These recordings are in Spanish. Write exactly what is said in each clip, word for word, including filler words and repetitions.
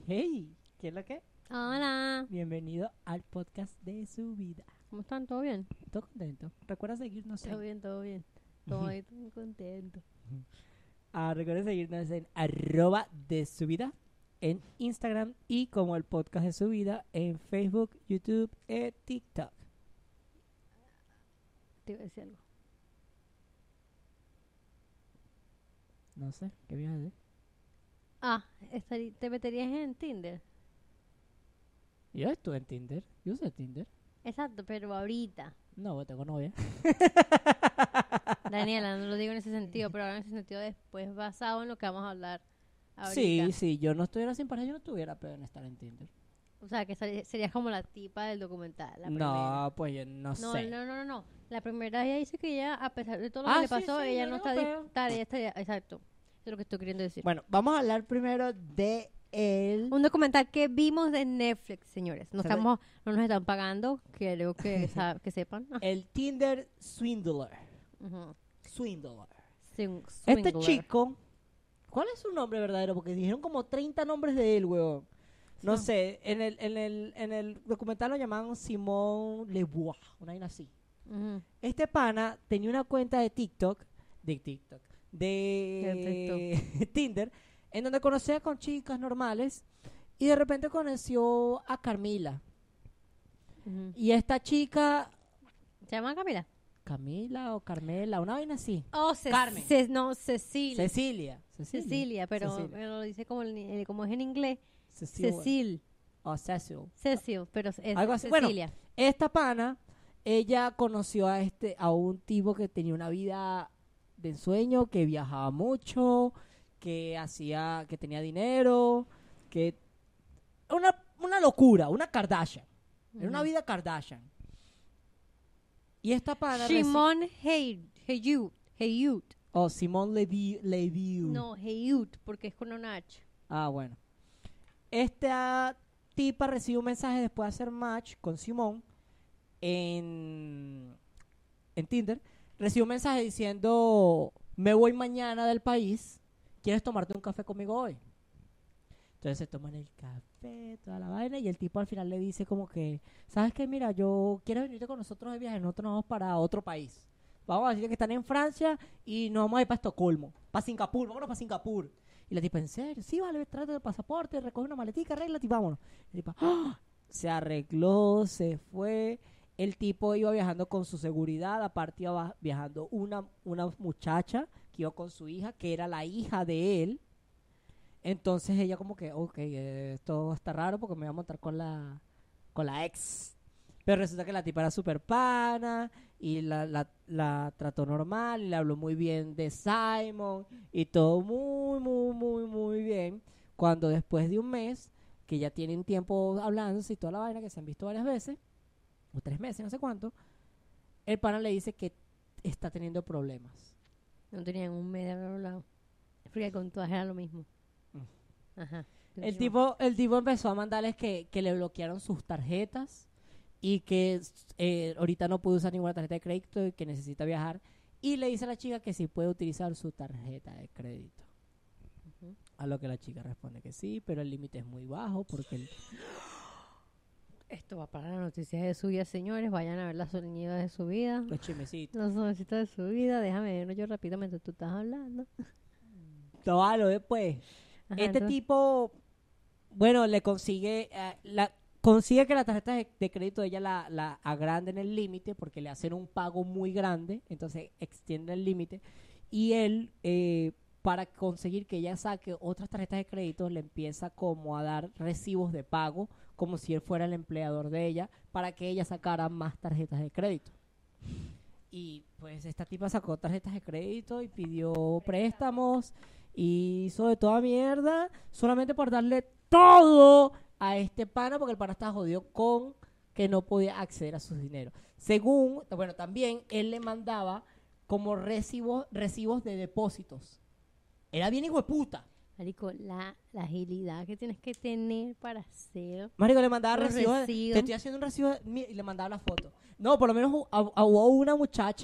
Hey, ¿qué es lo que? Hola. Bienvenido al podcast de su vida. ¿Cómo están? ¿Todo bien? ¿Todo contento? ¿Recuerda seguirnos Todo en...? bien, todo bien. Estoy muy contento. Ah, recuerda seguirnos en arroba de su vida en Instagram y como el podcast de su vida en Facebook, YouTube y TikTok. Te iba a decir algo. No sé, ¿qué voy a decir? Ah, estarí- ¿te meterías en Tinder? Yo estuve en Tinder, yo usé Tinder. Exacto, pero ahorita. No, tengo novia. Daniela, no lo digo en ese sentido, pero ahora en ese sentido después basado en lo que vamos a hablar ahorita. Sí, sí, yo no estuviera sin pareja, yo no tuviera peor en estar en Tinder. O sea, que seri- serías como la tipa del documental, la primera. No, pues yo no, No, sé. no, no, no, no. La primera ella dice que ella, a pesar de todo lo Ah, que le sí, pasó, sí, ella yo no no está creo. dispuesta, ella estaría, exacto. Eso es lo que estoy queriendo decir. Bueno, vamos a hablar primero de el... Un documental que vimos de Netflix, señores. No ¿Sabe? estamos, no nos están pagando, creo que, sa- que sepan. Ah, El Tinder Swindler. ujú. Swindler. Swing- Este Swindler. chico, ¿cuál es su nombre verdadero? Porque dijeron como treinta nombres de él, weón. No Sí. sé, en el, en el, en el documental lo llamaban Simón Lebois, una vaina así. Ujú. Este pana tenía una cuenta de TikTok, de TikTok, de Tinder, en donde conocía con chicas normales y de repente conoció a Carmila. Ujú. Y esta chica, ¿Se llama Camila? Camila o Carmela, una vaina así. Oh, Ce- Carmen. Ce- no, Cecilia. Cecilia. Cecilia, Cecilia, pero, Cecilia. pero lo dice como, el ni- eh, como es en inglés. Cecilia. Cecil. O Cecil. Cecil, pero es Algo así. Bueno, Cecilia. Esta pana, ella conoció a este, a un tipo que tenía una vida de ensueño, que viajaba mucho, que hacía, que tenía dinero, que una, una locura, una Kardashian. Era una Ujú. vida Kardashian. Y esta pana reci- Shimon Hey- Hayut. Hayut. oh, Simone Levy, Levy. No, Hayut, porque es con una H. Ah, bueno. Esta tipa recibe un mensaje después de hacer match con Simón en, en Tinder. Recibe un mensaje diciendo, me voy mañana del país, ¿quieres tomarte un café conmigo hoy? Entonces se toman el café, toda la vaina, y el tipo al final le dice como que, ¿sabes qué? Mira, yo quiero venirte con nosotros de viaje, nosotros nos vamos para otro país. Vamos a decir que están en Francia y nos vamos a ir para Estocolmo, para Singapur, vámonos para Singapur. Y la tipa, ¿en serio? Sí, vale, trata el pasaporte, recoge una maletica, arréglate y vámonos. Y la tipa, ¡ah! Se arregló, se fue. El tipo iba viajando con su seguridad, aparte iba viajando una, una muchacha que iba con su hija, que era la hija de él. Entonces ella como que, ok, eh, esto está raro porque me voy a montar con la, con la ex. Pero resulta que la tipa era súper pana y la, la, la trató normal y le habló muy bien de Simon y todo muy, muy, muy, muy bien. Cuando después de un mes, que ya tienen tiempo hablándose y toda la vaina, que se han visto varias veces, o tres meses, no sé cuánto, el pana le dice que está teniendo problemas. No tenían un mes de haber hablado. Porque con todas era lo mismo. Ajá. El tipo, el tipo empezó a mandarles que, que le bloquearon sus tarjetas y que eh, ahorita no puede usar ninguna tarjeta de crédito y que necesita viajar. Y le dice a la chica que sí puede utilizar su tarjeta de crédito. Ujú. A lo que la chica responde que sí, pero el límite es muy bajo porque el... Esto va para las noticias de su vida, señores. Vayan a ver las sonidas de su vida. los chismecitos. Los sonecitos de su vida. Déjame verlo yo rápidamente. Tú estás hablando. Tómalo después. Ajá, Este entonces- tipo, bueno, le consigue, eh, la, consigue que la tarjeta de, de crédito de ella la, la agranden el límite porque le hacen un pago muy grande, entonces extienden el límite. Y él, eh, para conseguir que ella saque otras tarjetas de crédito, le empieza como a dar recibos de pago, como si él fuera el empleador de ella, para que ella sacara más tarjetas de crédito. Y pues esta tipa sacó tarjetas de crédito y pidió préstamos y hizo de toda mierda solamente por darle todo a este pana porque el pana estaba jodido con que no podía acceder a sus dineros. Según, bueno, también él le mandaba como recibos, recibos de depósitos. Era bien hijo de puta. Marico, la, la agilidad que tienes que tener para hacer. Marico, le mandaba Los recibos. recibos. Te estoy haciendo un recibo de- mi- y le mandaba la foto. No, por lo menos hu- hu- hubo una muchacha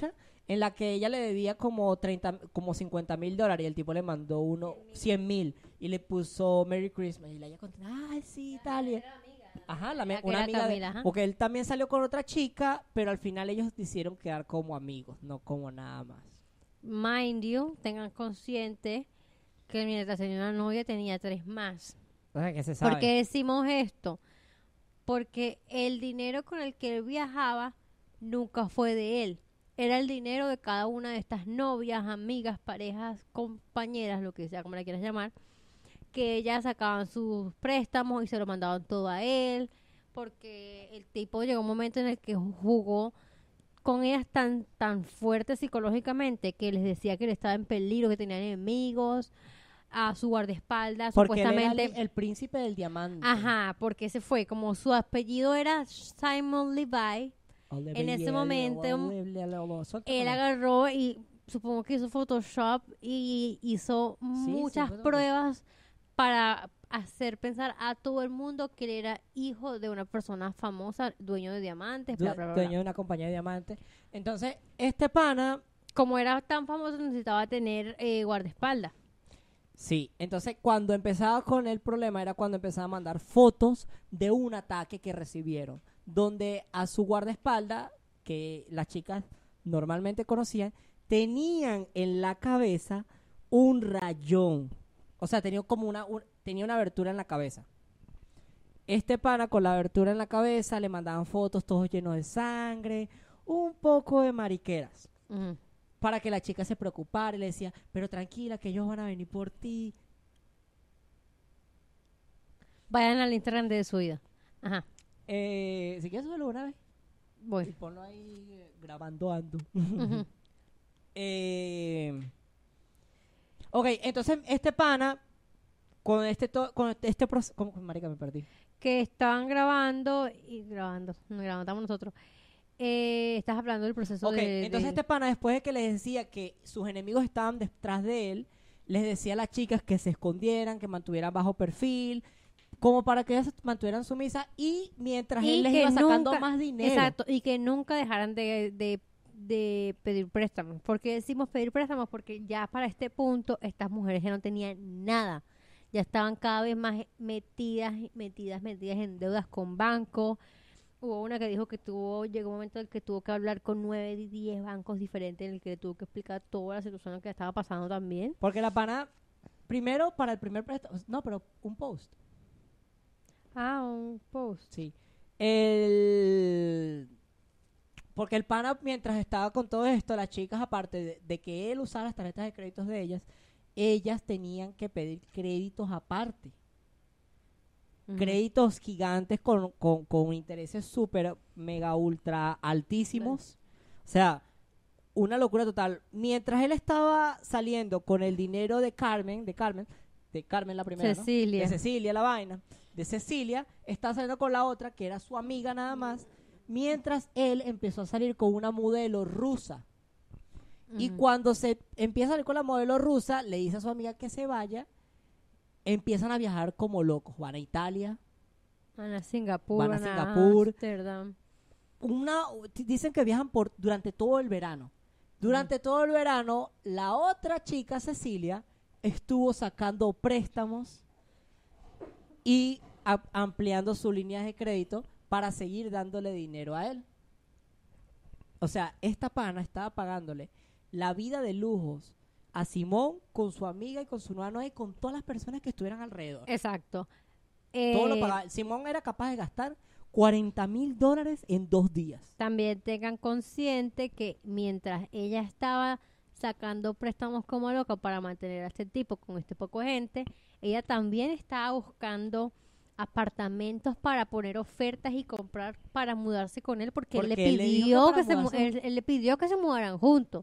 en la que ella le debía como treinta, como cincuenta mil dólares y el tipo le mandó uno, cien mil y le puso Merry Christmas y la ella contó, ay, sí, tal. Y, ajá, la, me- La que una era amiga Camila, de, ajá. porque él también salió con otra chica, pero al final ellos decidieron quedar como amigos, no como nada más. Mind you, tengan consciente que mientras tenía una novia tenía tres más. O sea, que se ¿Por sabe. qué decimos esto? Porque el dinero con el que él viajaba nunca fue de él. Era el dinero de cada una de estas novias, amigas, parejas, compañeras, lo que sea, como la quieras llamar, que ellas sacaban sus préstamos y se lo mandaban todo a él, porque el tipo llegó un momento en el que jugó con ellas tan, tan fuerte psicológicamente que les decía que él estaba en peligro, que tenía enemigos, a su guardaespaldas, Porque él era el, supuestamente. el príncipe del diamante. Ajá, porque ese fue, como su apellido era Simon Levi, en ese momento él agarró y supongo que hizo Photoshop y hizo muchas supongo que- pruebas para hacer pensar a todo el mundo que él era hijo de una persona famosa, dueño de diamantes, bla, bla, bla, bla. dueño de una compañía de diamantes. Entonces, este pana, Como era tan famoso necesitaba tener eh, guardaespaldas. sí, entonces cuando empezaba con el problema era cuando empezaba a mandar fotos de un ataque que recibieron, donde a su guardaespaldas, que las chicas normalmente conocían, tenían en la cabeza un rayón. O sea, tenía como una, un- tenía una abertura en la cabeza. Este pana con la abertura en la cabeza le mandaban fotos todos llenos de sangre, un poco de mariqueras, Ujú. para que la chica se preocupara y le decía, pero tranquila, que ellos van a venir por ti. Vayan al Instagram de su vida. Ajá, Eh, si quieres subirlo una vez y voy. ponlo ahí eh, grabando ando. Ujú. eh, ok, entonces este pana con este to- con este proceso, ¿cómo? Marica, me perdí. Que estaban grabando y grabando, no grabando, estamos nosotros. Eh, estás hablando del proceso Ok, de... entonces de- este pana, después de que les decía que sus enemigos estaban detrás de él, les decía a las chicas que se escondieran, que mantuvieran bajo perfil, como para que ellas se mantuvieran sumisas y mientras y él les que iba sacando nunca- más dinero. Exacto, y que nunca dejaran de, de, de pedir préstamos. ¿Por qué decimos pedir préstamos? Porque ya para este punto estas mujeres ya no tenían nada. Ya estaban cada vez más metidas, metidas, metidas en deudas con bancos. Hubo una que dijo que tuvo, llegó un momento en el que tuvo que hablar con nueve, diez bancos diferentes, en el que le tuvo que explicar toda la situación que estaba pasando también. Porque la pana, primero para el primer préstamo, no, pero un post. Ah, un post. Sí. El... Porque el pana, mientras estaba con todo esto, las chicas, aparte de, de que él usara las tarjetas de créditos de ellas, ellas tenían que pedir créditos aparte. Ujú. Créditos gigantes con, con, con intereses súper, mega, ultra altísimos. O sea, una locura total. Mientras él estaba saliendo con el dinero de Carmen, de Carmen, de Carmen la primera, ¿no? Cecilia. De Cecilia, la vaina. De Cecilia, está saliendo con la otra, que era su amiga nada más, mientras él empezó a salir con una modelo rusa. Y Ujú. cuando se empieza a salir con la modelo rusa, le dice a su amiga que se vaya, empiezan a viajar como locos. Van a Italia, Van a Singapur, van a van a Singapur. Ámsterdam. una dicen que viajan por durante todo el verano. Durante todo el verano, la otra chica, Cecilia, estuvo sacando préstamos y a- ampliando sus líneas de crédito para seguir dándole dinero a él. O sea, esta pana estaba pagándole la vida de lujos a Simón con su amiga y con su nueva novia y con todas las personas que estuvieran alrededor. Exacto. Todo lo Eh, pagaba. Simón era capaz de gastar cuarenta mil dólares en dos días. También tengan consciente que mientras ella estaba sacando préstamos como loca para mantener a este tipo con este poco gente, ella también estaba buscando apartamentos para poner ofertas y comprar para mudarse con él porque, él le Porque él le dijo que pidió para que, se mu- mudarse- él, él le pidió que se mudaran juntos.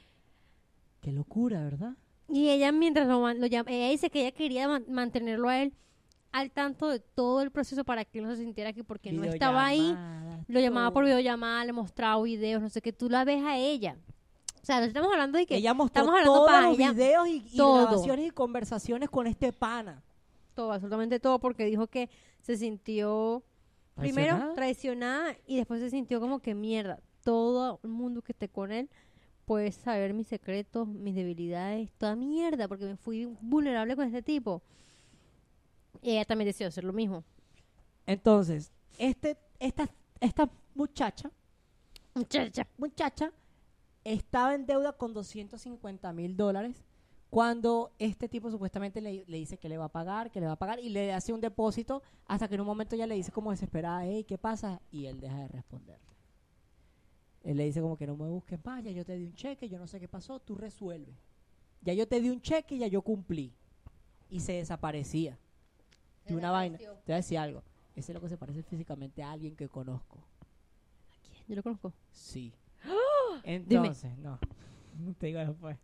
Qué locura, ¿verdad? Y ella mientras lo, man- lo llama, ella dice que ella quería man- mantenerlo a él al tanto de todo el proceso para que él no se sintiera que porque no estaba ahí, Videollamadas, lo llamaba por todo. videollamada, le mostraba videos, no sé qué, tú la ves a ella. O sea, no estamos hablando de que Ella mostró estamos hablando todos para los ella videos y, y todo. grabaciones y conversaciones con este pana. todo, absolutamente todo, porque dijo que se sintió primero ¿Traicionada? traicionada y después se sintió como que mierda, todo el mundo que esté con él puedes saber mis secretos, mis debilidades, toda mierda, porque me fui vulnerable con este tipo. Y ella también decidió hacer lo mismo. Entonces, este, esta, esta muchacha, Muchacha. muchacha estaba en deuda con doscientos cincuenta mil dólares cuando este tipo supuestamente le, le dice que le va a pagar, que le va a pagar y le hace un depósito hasta que en un momento ya le dice como desesperada, hey, ¿qué pasa? Y él deja de responderle. Él le dice como que no me busques más, ya yo te di un cheque, yo no sé qué pasó, tú resuelve. Ya yo te di un cheque y ya yo cumplí. Y se desaparecía. De una vaina. Te voy a decir algo. Ese es lo que se parece físicamente a alguien que conozco. ¿A quién? Yo lo conozco. Sí. ¡Oh! Entonces, Dime. no. No te digo después.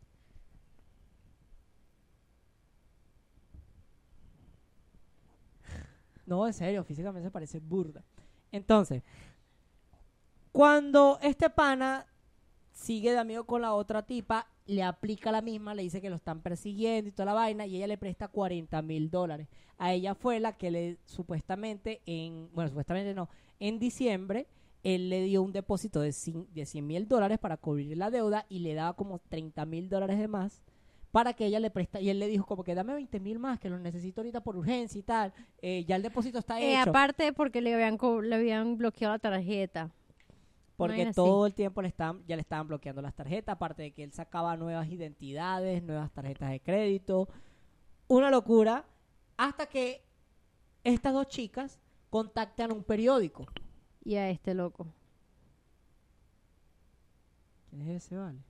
No, en serio, físicamente se parece burda. Entonces, cuando este pana sigue de amigo con la otra tipa, le aplica la misma, le dice que lo están persiguiendo y toda la vaina, y ella le presta cuarenta mil dólares. A ella fue la que le, supuestamente, en, bueno, supuestamente no, en diciembre, él le dio un depósito de cien mil dólares para cubrir la deuda y le daba como treinta mil dólares de más para que ella le presta, y él le dijo como que dame veinte mil más, que los necesito ahorita por urgencia y tal, eh, ya el depósito está Eh, hecho. aparte porque le habían, co- le habían bloqueado la tarjeta. Porque Vaina todo así. el tiempo le estaban, ya le estaban bloqueando las tarjetas, aparte de que él sacaba nuevas identidades, nuevas tarjetas de crédito. Una locura, hasta que estas dos chicas contactan a un periódico. Y a este loco. ¿Quién es ese, vale?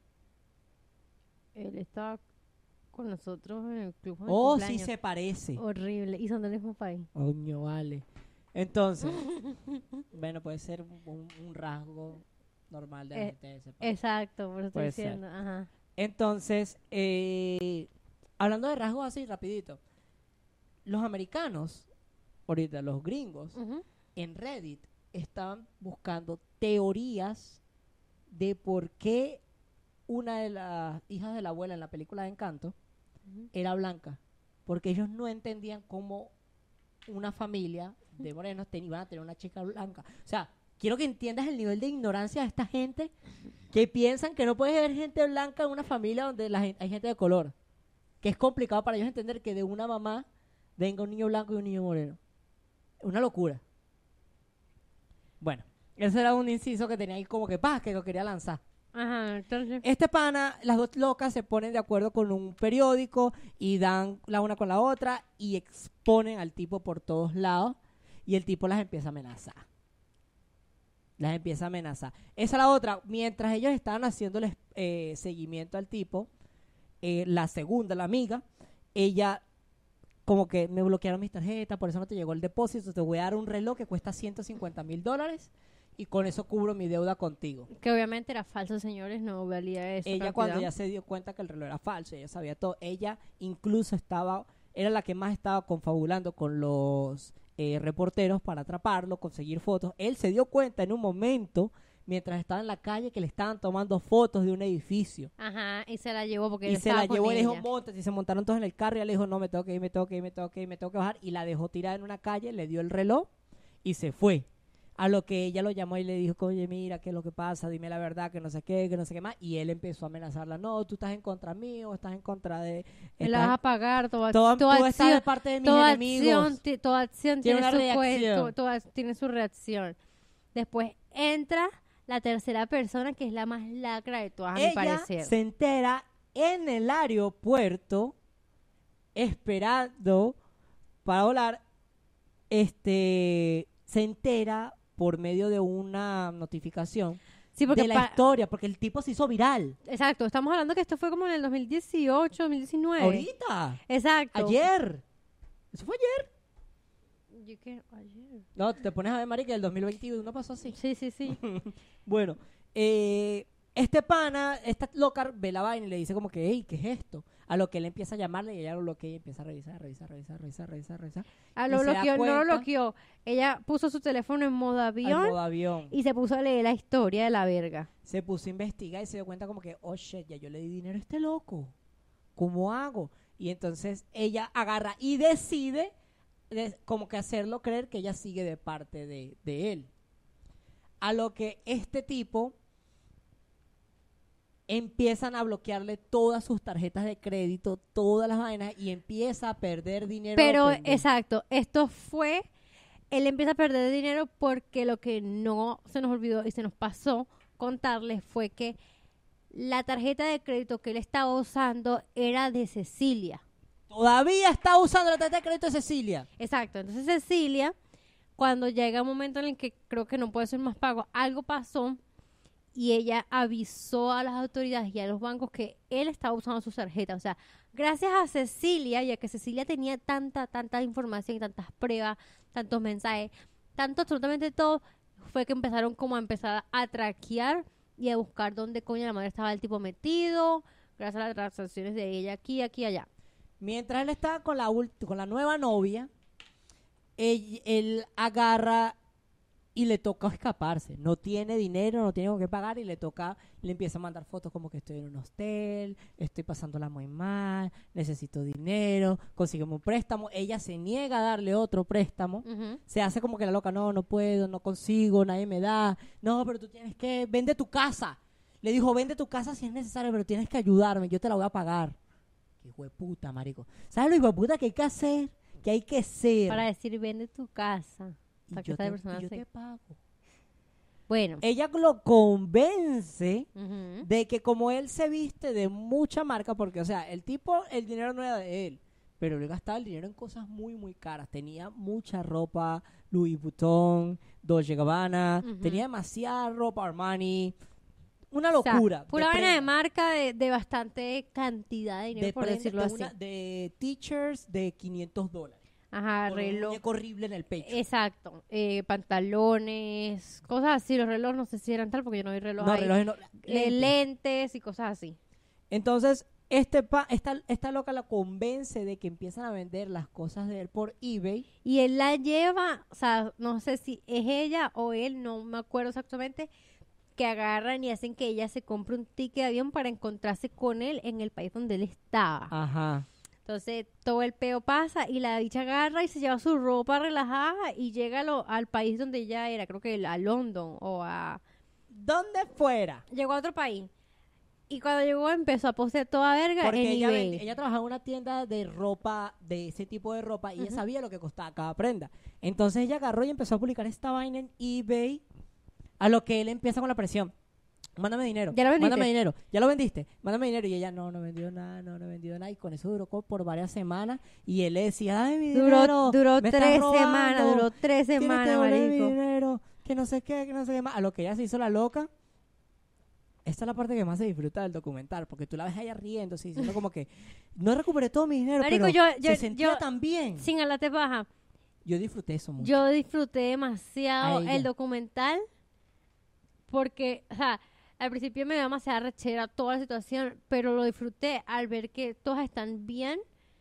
Él estaba con nosotros en el club de Oh, sí cumpleaños. se parece. Horrible. Y son del mismo país. Coño, vale. Entonces, bueno, puede ser un, un- un rasgo normal de la Eh, gente de ese país. Exacto, por eso estoy Puede ser. diciendo. Ajá. Entonces, eh, hablando de rasgos así, rapidito. Los americanos, ahorita los gringos, Ujú. en Reddit estaban buscando teorías de por qué una de las hijas de la abuela en la película de Encanto Ujú. era blanca. Porque ellos no entendían cómo una familia de morenos ten- iban a tener una chica blanca. O sea, quiero que entiendas el nivel de ignorancia de esta gente que piensan que no puede haber gente blanca en una familia donde la gen- hay gente de color. Que es complicado para ellos entender que de una mamá venga un niño blanco y un niño moreno. Una locura. Bueno, ese era un inciso que tenía ahí como que paz, que lo quería lanzar. Ajá, entonces. Este pana, las dos locas se ponen de acuerdo con un periódico y dan la una con la otra y exponen al tipo por todos lados y el tipo las empieza a amenazar. Las empieza a amenazar. Esa es la otra. Mientras ellos estaban haciéndole eh, seguimiento al tipo, eh, la segunda, la amiga, ella como que me bloquearon mis tarjetas, por eso no te llegó el depósito, te voy a dar un reloj que cuesta ciento cincuenta mil dólares y con eso cubro mi deuda contigo. Que obviamente era falso, señores, no valía eso. Ella cuando ya se dio cuenta que el reloj era falso, ella sabía todo, ella incluso estaba, era la que más estaba confabulando con los eh, reporteros para atraparlo, conseguir fotos. Él se dio cuenta en un momento, mientras estaba en la calle, que le estaban tomando fotos de un edificio. Ajá, y se la llevó porque Y él se estaba la con llevó y le dijo, ella. montate, y se montaron todos en el carro y ella le dijo, no, me tengo que ir, me tengo que ir, me tengo que ir, me tengo que ir, me tengo que bajar, y la dejó tirada en una calle, le dio el reloj y se fue. A lo que ella lo llamó y le dijo, oye, mira, ¿qué es lo que pasa? Dime la verdad, que no sé qué, que no sé qué más. Y él empezó a amenazarla, no, tú estás en contra mío, estás en contra de... Me la estás- vas a pagar, toda, Todo- toda tú estás de acción, parte de mis toda enemigos. acción, ti- toda acción Tiene tiene, una su cue- reacción. to- toda- tiene su reacción. Después entra la tercera persona, que es la más lacra de todas, a mi Ella parecer. se entera en el aeropuerto esperando para volar. Este se entera por medio de una notificación Sí, porque de la pa- historia, porque el tipo se hizo viral. Exacto, estamos hablando que esto fue como en el dos mil dieciocho, dos mil diecinueve. Ahorita, Exacto. ayer. Eso fue ayer. Yo qué- ayer. No, te pones a ver, marica, el dos mil veintiuno pasó así. Sí, sí, sí. Bueno, eh, este pana, esta loca ve la vaina y le dice como que, hey, ¿qué es esto? A lo que él empieza a llamarle y ella lo bloquea y empieza a revisar, revisar, revisar, revisar, revisar, revisar. Ah, Y lo se da bloqueó, no lo cuenta- bloqueó. Ella puso su teléfono en modo Al avión modo avión. y se puso a leer la historia de la verga. Se puso a investigar y se dio cuenta como que, oh shit, ya yo le di dinero a este loco. ¿Cómo hago? Y entonces ella agarra y decide de- como que hacerlo creer que ella sigue de parte de, de él. A lo que este tipo empiezan a bloquearle todas sus tarjetas de crédito, todas las vainas, y empieza a perder dinero. Pero, pendejo. exacto, esto fue, él empieza a perder dinero porque lo que no se nos olvidó y se nos pasó contarles fue que la tarjeta de crédito que él estaba usando era de Cecilia. Todavía está usando la tarjeta de crédito de Cecilia. Exacto, entonces Cecilia, cuando llega un momento en el que creo que no puede ser más pago, algo pasó y ella avisó a las autoridades y a los bancos que él estaba usando su tarjeta. O sea, gracias a Cecilia, ya que Cecilia tenía tanta, tanta información y tantas pruebas, tantos mensajes, tanto absolutamente todo, fue que empezaron como a empezar a traquear y a buscar dónde coño la madre estaba el tipo metido, gracias a las transacciones de ella aquí, aquí, allá. Mientras él estaba con la, ulti- con la nueva novia, él, él agarra y le toca escaparse. No tiene dinero, no tiene con qué pagar y le toca, le empieza a mandar fotos como que estoy en un hostel, estoy pasándola muy mal, necesito dinero, consígueme un préstamo. Ella se niega a darle otro préstamo. Uh-huh. Se hace como que la loca, no, no puedo, no consigo, nadie me da. No, pero tú tienes que, vende tu casa. Le dijo, vende tu casa si es necesario, pero tienes que ayudarme, yo te la voy a pagar. Qué hijo de puta, marico. ¿Sabes lo hijo de puta que hay que hacer? Que hay que ser. Para decir, vende tu casa. Y Para que yo, esta te, persona y yo se- te pago. Bueno. Ella lo convence Ujú. de que como él se viste de mucha marca, porque, o sea, el tipo, el dinero no era de él, pero él gastaba el dinero en cosas muy, muy caras. Tenía mucha ropa, Louis Vuitton, Dolce Gabbana, Ujú. tenía demasiada ropa Armani. Una O sea, locura. pura vaina de prenda, marca de, de bastante cantidad de dinero, de, por prenda- decirlo de así. una- de teachers de quinientos dólares. Ajá, Con un reloj. muñeco horrible en el pecho. Exacto. Eh, pantalones, cosas así. Los relojes no sé si eran tal porque yo no vi reloj no, ahí. relojes no. Eh, lentes. lentes y cosas así. Entonces, este pa, esta, esta loca la convence de que empiezan a vender las cosas de él por eBay. Y él la lleva, o sea, no sé si es ella o él, no me acuerdo exactamente, que agarran y hacen que ella se compre un ticket de avión para encontrarse con él en el país donde él estaba. Ajá. Entonces, todo el peo pasa y la bicha agarra y se lleva su ropa relajada y llega a lo- al país donde ella era, creo que a London o a... ¿Dónde fuera? Llegó a otro país. Y cuando llegó empezó a postear toda verga Porque en ella, eBay. vende- ella trabajaba en una tienda de ropa, de ese tipo de ropa, y ella Ujú. sabía lo que costaba cada prenda. Entonces ella agarró y empezó a publicar esta vaina en eBay, a lo que él empieza con la presión. Mándame dinero. ¿Ya lo vendiste? Mándame dinero. ¿Ya lo vendiste? Mándame dinero. Y ella, no, no vendió nada, no, no vendió nada. Y con eso duró co- por varias semanas. Y él le decía, dame mi dinero. Duró, duró me estás tres robando, semanas, duró tres tienes que semanas, devolver mi marico. dinero, que no sé qué, que no sé qué más. A lo que ella se hizo la loca. Esta es la parte que más se disfruta del documental, porque tú la ves allá riendo, así, diciendo como que no recuperé todo mi dinero, Marico, pero yo- yo- se sentía yo- tan bien. Sin alate baja. Yo disfruté eso mucho. Yo disfruté demasiado A ella. el documental porque, o sea, al principio me dio demasiada rechera toda la situación, pero lo disfruté al ver que todas están bien.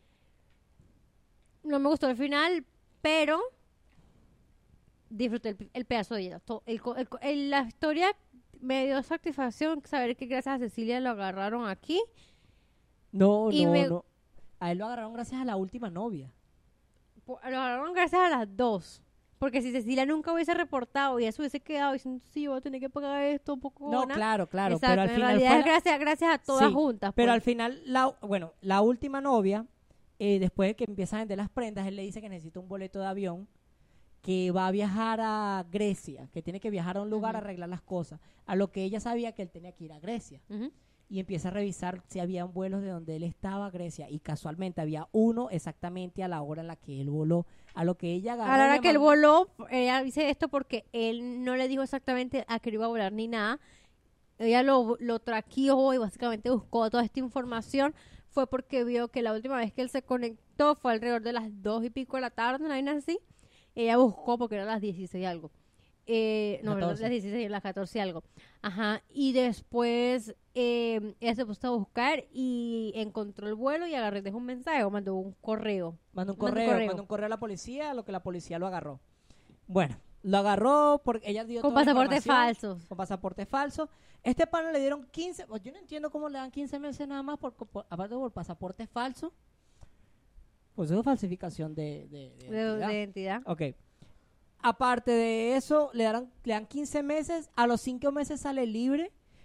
No me gustó el final, pero disfruté el, el pedazo de ella. To- el co- el co- el- la historia me dio satisfacción saber que gracias a Cecilia lo agarraron aquí. no, y no, me- no. A él lo agarraron gracias a la última novia. Po- Lo agarraron gracias a las dos. Porque si Cecilia nunca hubiese reportado y eso hubiese quedado diciendo, sí, voy a tener que pagar esto un poco. No, claro, claro. Exacto, Pero al en final realidad fue es la- gracias, gracias a todas Sí, juntas. Pero pues. al final, la, bueno, la última novia, eh, después de que empieza a vender las prendas, él le dice que necesita un boleto de avión, que va a viajar a Grecia, que tiene que viajar a un lugar a Ujú. arreglar las cosas. A lo que ella sabía que él tenía que ir a Grecia. Ujú. Y empieza a revisar si había vuelos de donde él estaba a Grecia. Y casualmente había uno exactamente a la hora en la que él voló. A lo que ella agarró. A la y hora le que él mandó- voló, ella dice esto porque él no le dijo exactamente a qué iba a volar ni nada. Ella lo, lo traqueó y básicamente buscó toda esta información. Fue porque vio que la última vez que él se conectó fue alrededor de las dos y pico de la tarde, una vaina así. Ella buscó porque eran las dieciséis y algo. Eh, no, ¿verdad? catorce. Las dieciséis y las catorce y algo. Ajá. Y después eh, ella se puso a buscar y encontró el vuelo y agarró y dejó un mensaje o mandó un correo. Mandó un Mandó un correo, correo. mandó un correo a la policía, a lo que la policía lo agarró. Bueno, lo agarró porque ella dio Con toda la pasaportes información, falsos. Con pasaporte falso. Este pana le dieron quince, pues yo no entiendo cómo le dan quince meses nada más, por, por- aparte por pasaporte falso. Pues eso es falsificación de, de, de De, identidad. de identidad. Ok. Aparte de eso, le dan, le dan quince meses, a los cinco meses sale libre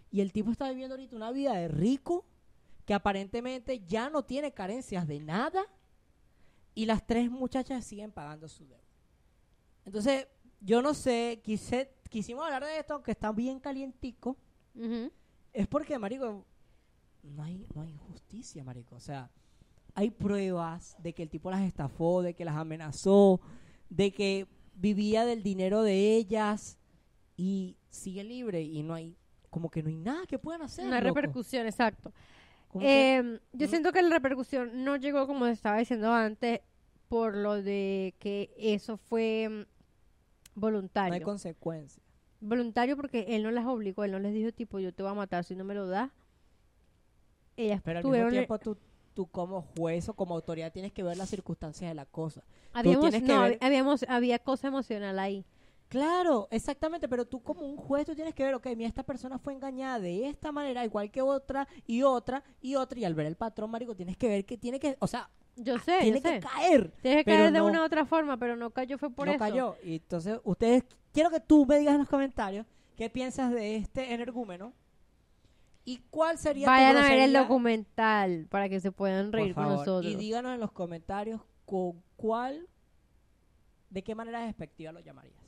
Y el tipo está viviendo ahorita una vida de rico que aparentemente ya no tiene carencias de nada y las tres muchachas siguen pagando su deuda. Entonces, yo no sé, quise, quisimos hablar de esto, aunque está bien calientico, Ujú. es porque, marico, no hay, no hay justicia, marico. O sea, hay pruebas de que el tipo las estafó, de que las amenazó, de que vivía del dinero de ellas y sigue libre y no hay, como que no hay nada que puedan hacer. Una loco. repercusión, exacto. Como que- Eh, yo ¿Mm? siento que la repercusión no llegó, como estaba diciendo antes, por lo de que eso fue mm, no hay voluntario. consecuencias. Voluntario porque él no las obligó, él no les dijo tipo, yo te voy a matar si no me lo das. Ellas Pero al mismo tuvieron... tiempo tú, tú como juez o como autoridad tienes que ver las circunstancias de la cosa. habíamos, tienes que no, ver- habíamos, había cosa emocional ahí. Claro, exactamente, pero tú como un juez tú tienes que ver, ok, mira, esta persona fue engañada de esta manera, igual que otra, y otra, y otra, y al ver el patrón, marico, tienes que ver que tiene que, o sea, Yo sé, tiene yo que sé. caer. Tienes que pero caer de no- una u otra forma, pero no cayó, fue por no eso. cayó. Y entonces, ustedes, quiero que tú me digas en los comentarios qué piensas de este energúmeno y cuál sería tu Vayan a ver el grosería, documental para que se puedan por reír con favor, nosotros. y díganos en los comentarios con cuál, de qué manera despectiva lo llamarías.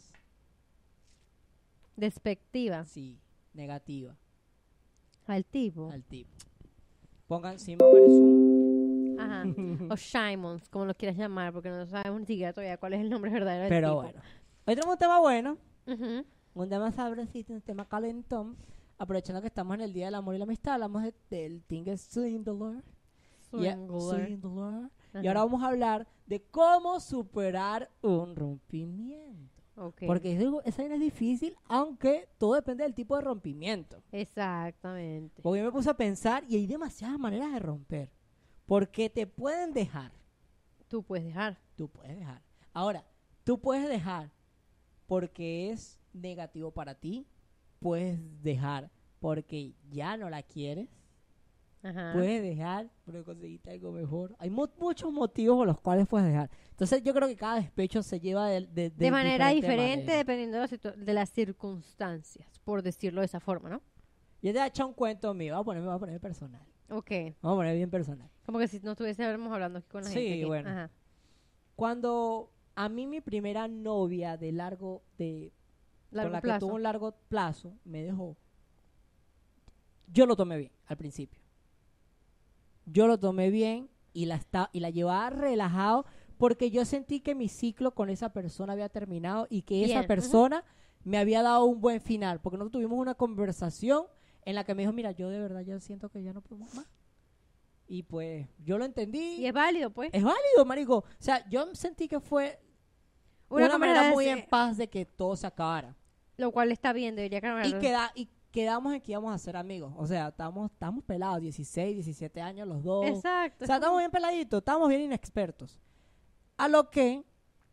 Despectiva Sí, negativa al tipo. al tipo. Pongan Simón eres un... Ajá. O Shimons, como lo quieras llamar, porque no sabemos ni siquiera todavía cuál es el nombre verdadero del Pero tipo. bueno. Hoy tenemos un tema bueno, Ujú. un tema sabrosito, un tema calentón. Aprovechando que estamos en el Día del Amor y la Amistad, hablamos de- del Tingue Swindler. Yeah, Swindler. Swindler. Y Ajá. ahora vamos a hablar de cómo superar un rompimiento. Ok. Porque es algo- esa vaina es difícil, aunque todo depende del tipo de rompimiento. Exactamente. Porque yo me puse a pensar y hay demasiadas maneras de romper. Porque te pueden dejar. Tú puedes dejar. Tú puedes dejar. Ahora, tú puedes dejar porque es negativo para ti. Puedes dejar porque ya no la quieres. Ajá. Puedes dejar porque conseguiste algo mejor. Hay mu- muchos motivos por los cuales puedes dejar. Entonces yo creo que cada despecho se lleva de, de, de de manera diferente diferente manera. dependiendo de, la situ- de las circunstancias, por decirlo de esa forma, ¿no? Yo te voy a echar un cuento mío. Voy a poner, me voy a poner personal. Ok. Vamos a poner bien personal. Como que si no estuviésemos hablando aquí con la Sí, gente. que- bueno. Ajá. Cuando a mí mi primera novia de largo, de Largo con la plazo. que tuvo un largo plazo, me dejó. Yo lo tomé bien al principio. Yo lo tomé bien y la esta- y la llevaba relajado porque yo sentí que mi ciclo con esa persona había terminado y que Bien, esa ujú. persona me había dado un buen final, porque nosotros tuvimos una conversación en la que me dijo, mira, yo de verdad ya siento que ya no podemos más. Y pues yo lo entendí. Y es válido, pues. Es válido, marico. O sea, yo sentí que fue una, manera conversación muy es- en paz de que todo se acabara. Lo cual está bien, debería Y, cambiar. queda, y quedamos en que íbamos a ser amigos. O sea, estábamos, estábamos pelados, dieciséis, diecisiete años los dos. Exacto. O sea, es como- estamos bien peladitos, estamos bien inexpertos. A lo que,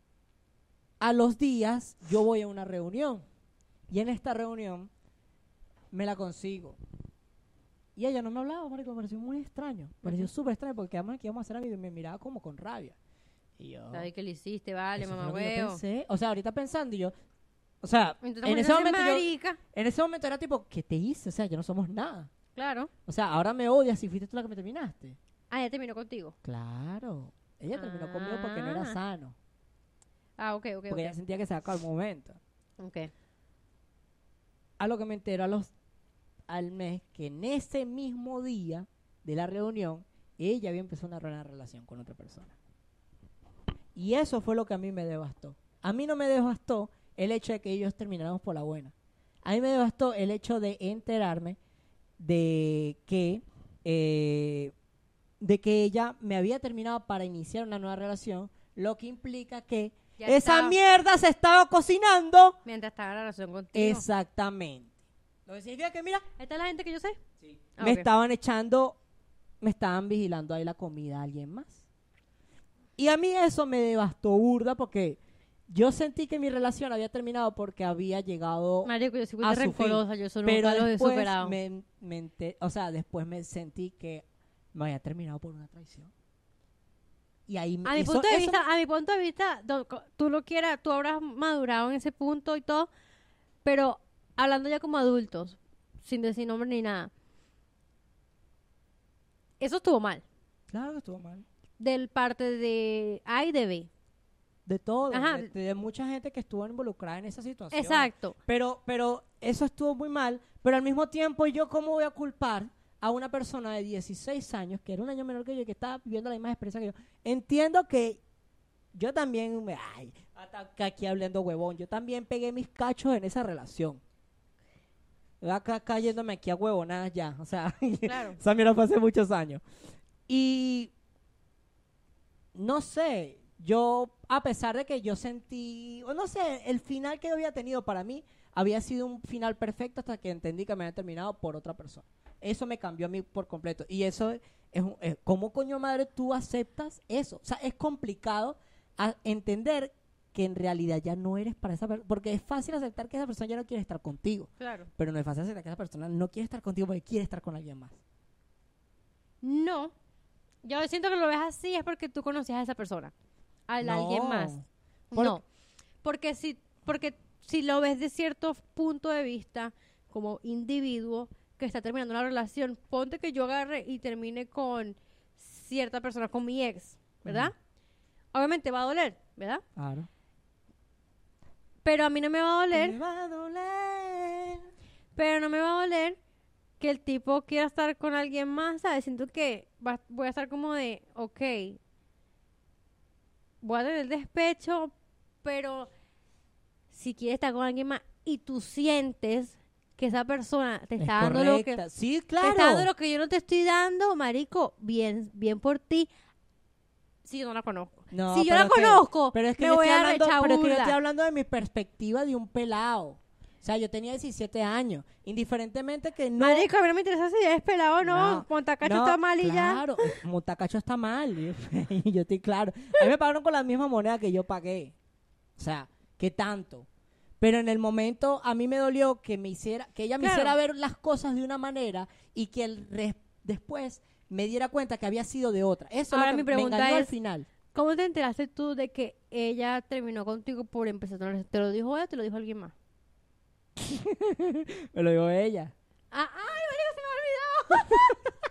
a los días, yo voy a una reunión. Y en esta reunión, me la consigo. Y ella no me hablaba, marico, me pareció muy extraño. Me pareció Ujú. súper extraño porque quedamos aquí, íbamos a hacer amigos y me miraba como con rabia. Y yo... ¿Sabes qué le hiciste? Vale, eso fue mamá lo que yo huevo. pensé. O sea, ahorita pensando y yo... O sea, Entonces, en ese, poniéndose momento yo, marica. en ese momento era tipo, ¿qué te hice? O sea, ya no somos nada. Claro. O sea, ahora me odias si fuiste tú la que me terminaste. Ah, ya terminó contigo. Claro. Ella terminó conmigo porque no era Ah. sano. Ah, ok, ok, Porque ok. ella sentía que se acabó el momento. Ok. A lo que me entero a los, al mes que en ese mismo día de la reunión, ella había empezado una buena relación con otra persona. Y eso fue lo que a mí me devastó. A mí no me devastó el hecho de que ellos termináramos por la buena. A mí me devastó el hecho de enterarme de que eh, de que ella me había terminado para iniciar una nueva relación, lo que implica que Ya esa estaba- mierda se estaba cocinando. Mientras estaba en la relación contigo. Exactamente. Lo que significa que, mira, ¿Esta es la gente que yo sé? Ah, me ok. estaban echando, me estaban vigilando ahí la comida a alguien más. Y a mí eso me devastó burda porque yo sentí que mi relación había terminado porque había llegado, Marico, yo soy a muy su rencorosa, yo solo pero nunca lo he después superado. me, me ente- o sea, después me sentí que me había terminado por una traición. Y ahí A mi eso- punto de eso- vista, a mi punto de vista, do- co- tú lo quieras, tú habrás madurado en ese punto y todo, pero hablando ya como adultos, sin decir nombre ni nada. Eso estuvo mal. Claro que estuvo mal. Del parte de A y de B. De todo, Ajá. de, de mucha gente que estuvo involucrada en esa situación. Exacto. Pero, pero eso estuvo muy mal, pero al mismo tiempo yo cómo voy a culpar a una persona de dieciséis años, que era un año menor que yo, que estaba viviendo la misma experiencia que yo. Entiendo que yo también, me, ay, hasta aquí hablando huevón, yo también pegué mis cachos en esa relación. Yo acá cayéndome aquí a huevonadas ya, o sea, Claro. esa mierda fue hace muchos años. Y no sé, yo, a pesar de que yo sentí, o no sé, el final que yo había tenido para mí había sido un final perfecto hasta que entendí que me había terminado por otra persona. Eso me cambió a mí por completo. Y eso es, un- es ¿cómo coño madre tú aceptas eso? O sea, es complicado a entender que en realidad ya no eres para esa persona, porque es fácil aceptar que esa persona ya no quiere estar contigo, Claro. pero no es fácil aceptar que esa persona no quiere estar contigo porque quiere estar con alguien más. No. Yo siento que lo ves así es porque tú conocías a esa persona. A No. alguien más. Por- No. Porque si, porque si lo ves de cierto punto de vista, como individuo que está terminando una relación, ponte que yo agarre y termine con cierta persona, con mi ex, ¿verdad? Obviamente va a doler, ¿verdad? Claro. Pero a mí no me va a doler, Me va a doler. pero no me va a doler que el tipo quiera estar con alguien más, ¿sabes? Siento que va- voy a estar como de, ok, voy a tener despecho, pero si quieres estar con alguien más y tú sientes que esa persona te Es está dando lo que correcta. Sí, te claro. está dando lo que yo no te estoy dando, marico, bien, bien por ti. Si yo no la conozco. No, si yo pero la es que- conozco, pero es que me yo voy estoy a hablando, rechar pero es que yo burda. estoy hablando de mi perspectiva de un pelado. O sea, yo tenía diecisiete años. Indiferentemente que no... Marico, a mí no me interesa si eres pelado o no. No, Montacacho no, está mal y ya. Claro, Montacacho está mal. Y yo estoy claro. A mí me pagaron con la misma moneda que yo pagué. O sea, ¿qué tanto? Pero en el momento a mí me dolió que me hiciera, que ella me Claro. hiciera ver las cosas de una manera y que el res- después me diera cuenta que había sido de otra. Eso Ahora es lo mi que me pregunta engañó al es- final. ¿Cómo te enteraste tú de que ella terminó contigo por empezar a tener- ¿Te lo dijo ella o te lo dijo alguien más? Me lo dijo ella. Ah, ¡ay, marico, se me ha olvidado!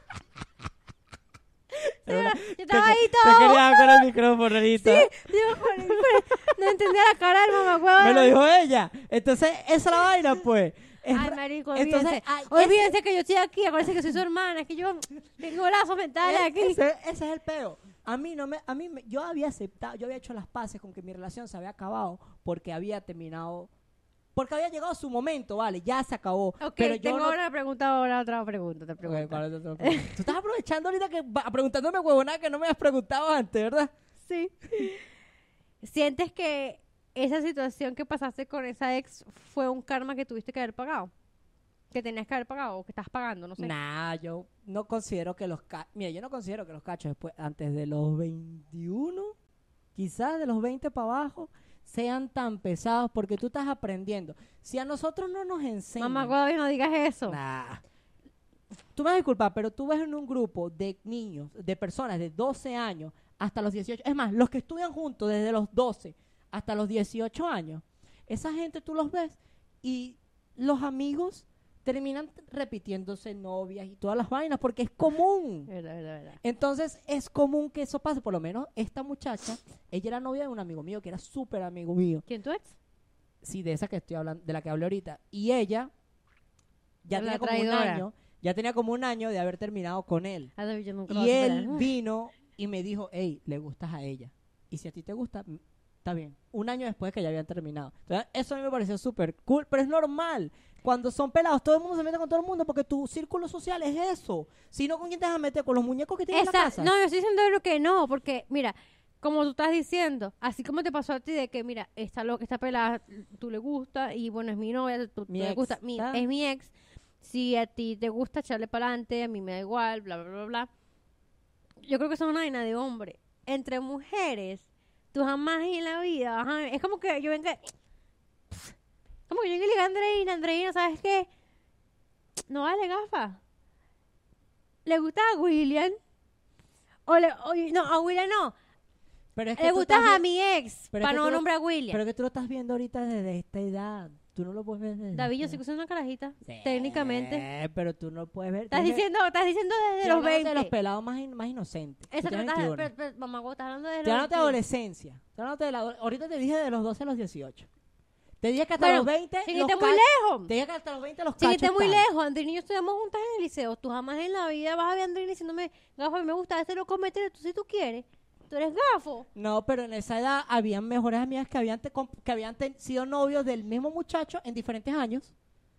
Era una- Yo estaba te, ahí te todo. quería dar con el micrófono ahorita. Digo, joder, pero no entendía la cara del mamacuevo. Me lo dijo ella. Entonces, esa es la vaina, pues. Es Ay, ra- marico, entonces, olvídense. ay, Olvídense que yo estoy aquí, acuérdense que soy su hermana, es que yo tengo lazos mentales E- aquí. Ese, ese es el peo. A mí no me, a mí me- yo había aceptado, yo había hecho las paces con que mi relación se había acabado porque había terminado, porque había llegado su momento, vale, ya se acabó. Ok, pero yo tengo no. ahora pregunta, ahora otra pregunta, te Ok, pregunto. ¿cuál es otra pregunta? Tú estás aprovechando ahorita que va- preguntándome huevonada que no me has preguntado antes, ¿verdad? Sí. ¿Sientes que esa situación que pasaste con esa ex fue un karma que tuviste que haber pagado? Que tenías que haber pagado o que estás pagando, no sé. Nah, yo no considero que los cachos, mira, yo no considero que los cachos después, antes de los veintiuno, quizás de los veinte para abajo, sean tan pesados porque tú estás aprendiendo. Si a nosotros no nos enseñan... Mamá, cuando no digas eso. Nah. Tú me vas a disculpar, pero tú ves en un grupo de niños, de personas de doce años hasta los dieciocho, es más, los que estudian juntos desde los doce hasta los dieciocho años, esa gente tú los ves y los amigos terminan repitiéndose novias y todas las vainas porque es común. Verdad, verdad, verdad. Entonces es común que eso pase. Por lo menos esta muchacha, ella era novia de un amigo mío que era súper amigo mío. ¿Quién tú eres? Sí, de esa que estoy hablando, de la que hablé ahorita. Y ella ya La tenía como un traidora. año, ya tenía como un año de haber terminado con él. Ah, yo nunca lo voy Y a él superar. vino y me dijo, hey, le gustas a ella. Y si a ti te gusta, mm, está bien. Un año después que ya habían terminado. Entonces, eso a mí me pareció súper cool, pero es normal. Cuando son pelados, todo el mundo se mete con todo el mundo porque tu círculo social es eso. Si no, ¿con quién te vas a meter? ¿Con los muñecos que tienes en la Esa- casa? no, yo estoy diciendo lo que no, porque mira, como tú estás diciendo, así como te pasó a ti de que mira, esta loca, esta pelada, tú le gusta y bueno, es mi novia, tú, tú Mi le ex, gusta, mi- ah. es mi ex. Si a ti te gusta echarle para adelante, a mí me da igual, bla, bla, bla, bla. Yo creo que eso es una vaina de hombre. Entre mujeres, tú jamás en la vida, vas a ver- es como que yo venga, como que yo venga y le diga a Andreina, Andreina, ¿sabes qué? No vale, gafa. ¿Le gusta a William? O le, o- no, a William no. Pero es que Le tú gustas estás a vi- mi ex, pero es para que no tú lo- nombrar a William. Pero es que tú lo estás viendo ahorita desde esta edad. Tú no lo puedes ver desde... David, yo sí que soy una carajita, Sí, técnicamente. pero tú no lo puedes ver. Estás Tienes que- diciendo, estás diciendo desde Estoy los hablando veinte. de los pelados más, in- más inocentes. Tú Eso, pero tienes estás, veintiuno. pero, pero, mamá, estás hablando desde Estoy los hablando de veintiuno. adolescencia. Estoy hablando de la ado- Ahorita te dije de los doce a los dieciocho. Te dije que hasta Bueno, los veinte... sin los irte muy ca- lejos. Te dije que hasta los veinte los Sin cachos irte muy están. lejos, Andrini y yo estudiamos juntas en el liceo. Tú jamás en la vida vas a ver a Andrini diciéndome, gafo, me gusta este loco meter, tú si tú quieres. Tú eres gafo. No, pero en esa edad habían mejores amigas que habían, te- com- que habían ten- sido novios del mismo muchacho en diferentes años.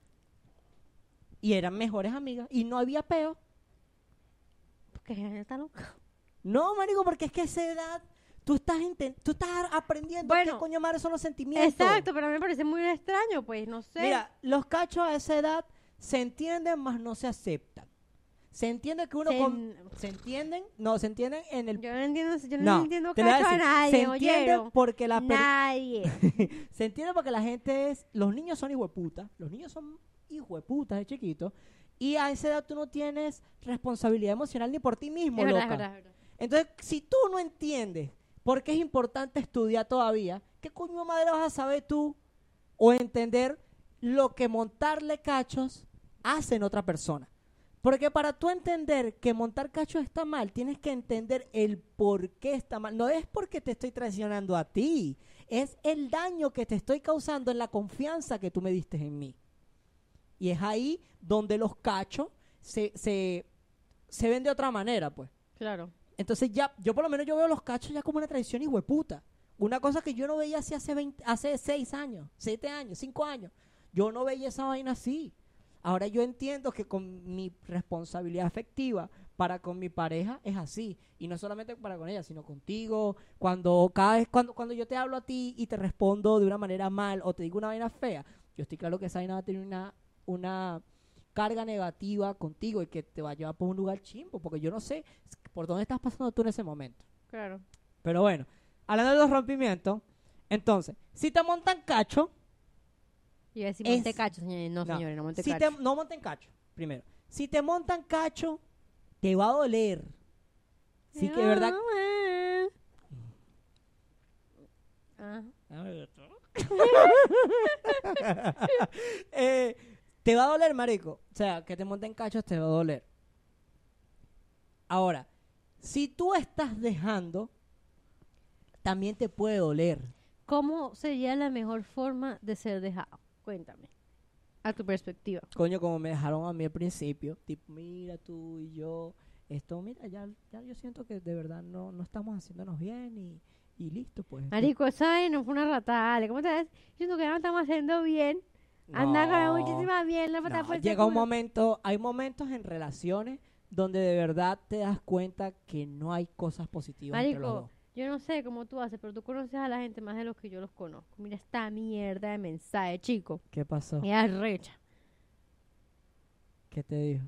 Y eran mejores amigas. Y no había peo. Porque ella está loca. No, marico, porque es que a esa edad tú estás, inten- tú estás aprendiendo Bueno, qué coño madre son los sentimientos. Exacto, pero a mí me parece muy extraño, pues, no sé. Mira, los cachos a esa edad se entienden, mas no se aceptan. Se entiende que uno... Se con- en- ¿Se entienden? No, se entienden en el... yo no entiendo, yo no, No, entiendo te lo voy a cacho a decir. nadie, Se entiende ¿oyeron? porque la... per- Nadie. Se entiende porque la gente es... Los niños son hijueputas. Los niños son hijueputas de chiquitos. Y a esa edad tú no tienes responsabilidad emocional ni por ti mismo, Es verdad, loca. es verdad, es verdad. Entonces, si tú no entiendes por qué es importante estudiar todavía, ¿qué coño madre vas a saber tú o entender lo que montarle cachos hace en otra persona? Porque para tú entender que montar cachos está mal, tienes que entender el por qué está mal. No es porque te estoy traicionando a ti, es el daño que te estoy causando en la confianza que tú me diste en mí. Y es ahí donde los cachos se, se, se ven de otra manera, pues. Claro. Entonces ya, yo por lo menos yo veo los cachos ya como una traición hijueputa. Una cosa que yo no veía así hace veinte, hace seis años, siete años, cinco años. Yo no veía esa vaina así. Ahora yo entiendo que con mi responsabilidad afectiva para con mi pareja es así. Y no solamente para con ella, sino contigo. Cuando cada vez, cuando, cuando yo te hablo a ti y te respondo de una manera mal o te digo una vaina fea, yo estoy claro que esa vaina va a tener una, una carga negativa contigo y que te va a llevar por un lugar chimbo, porque yo no sé por dónde estás pasando tú en ese momento. Claro. Pero bueno, hablando de los rompimientos, entonces, si te montan cacho, Iba a decir Es- monte cacho, señores. No, no, señores, no monte si cacho. te, no monten cacho, primero. Si te montan cacho, te va a doler. Sí que de verdad. Ah. Eh, te va a doler, marico. O sea, que te monten cachos te va a doler. Ahora, si tú estás dejando, también te puede doler. ¿Cómo sería la mejor forma de ser dejado? Cuéntame. A tu perspectiva. Coño, como me dejaron a mí al principio, tipo, mira tú y yo, esto, mira, ya, ya yo siento que de verdad no, no estamos haciéndonos bien y, y listo, pues. Marico, esa vaina fue una ratada. ¿Cómo te ves? Yo siento que no estamos haciendo bien. Anda No, con muchísima mierda. no, pata por llega un culo. momento, hay momentos en relaciones donde de verdad te das cuenta que no hay cosas positivas entre los Marico, dos. yo no sé cómo tú haces, pero tú conoces a la gente más de los que yo los conozco. Mira esta mierda de mensaje, chico. ¿Qué pasó? Mira recha. ¿Qué te dijo?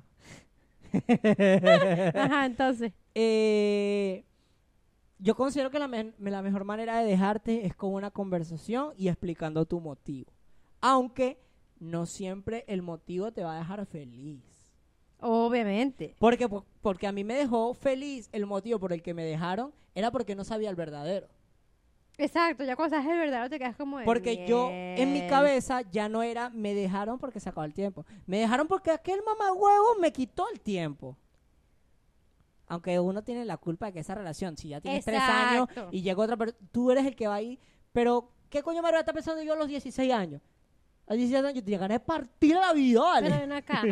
Ajá, entonces. Eh, yo considero que la, me- la mejor manera de dejarte es con una conversación y explicando tu motivo. Aunque no siempre el motivo te va a dejar feliz. Obviamente. Porque, po- porque a mí me dejó feliz el motivo por el que me dejaron era porque no sabía el verdadero. Exacto, ya cuando sabes el verdadero te quedas como de Porque yo en mi miel. cabeza ya no era me dejaron porque se acabó el tiempo. Me dejaron porque aquel mamagüevo me quitó el tiempo. Aunque uno tiene la culpa de que esa relación, si ya tienes tres años Exacto. y llega otra persona, tú eres el que va ahí. Pero, ¿qué coño me voy a estar pensando yo a los dieciséis años? A los dieciséis años yo tenía ganas de partir la vida, ¿vale? Pero ven acá.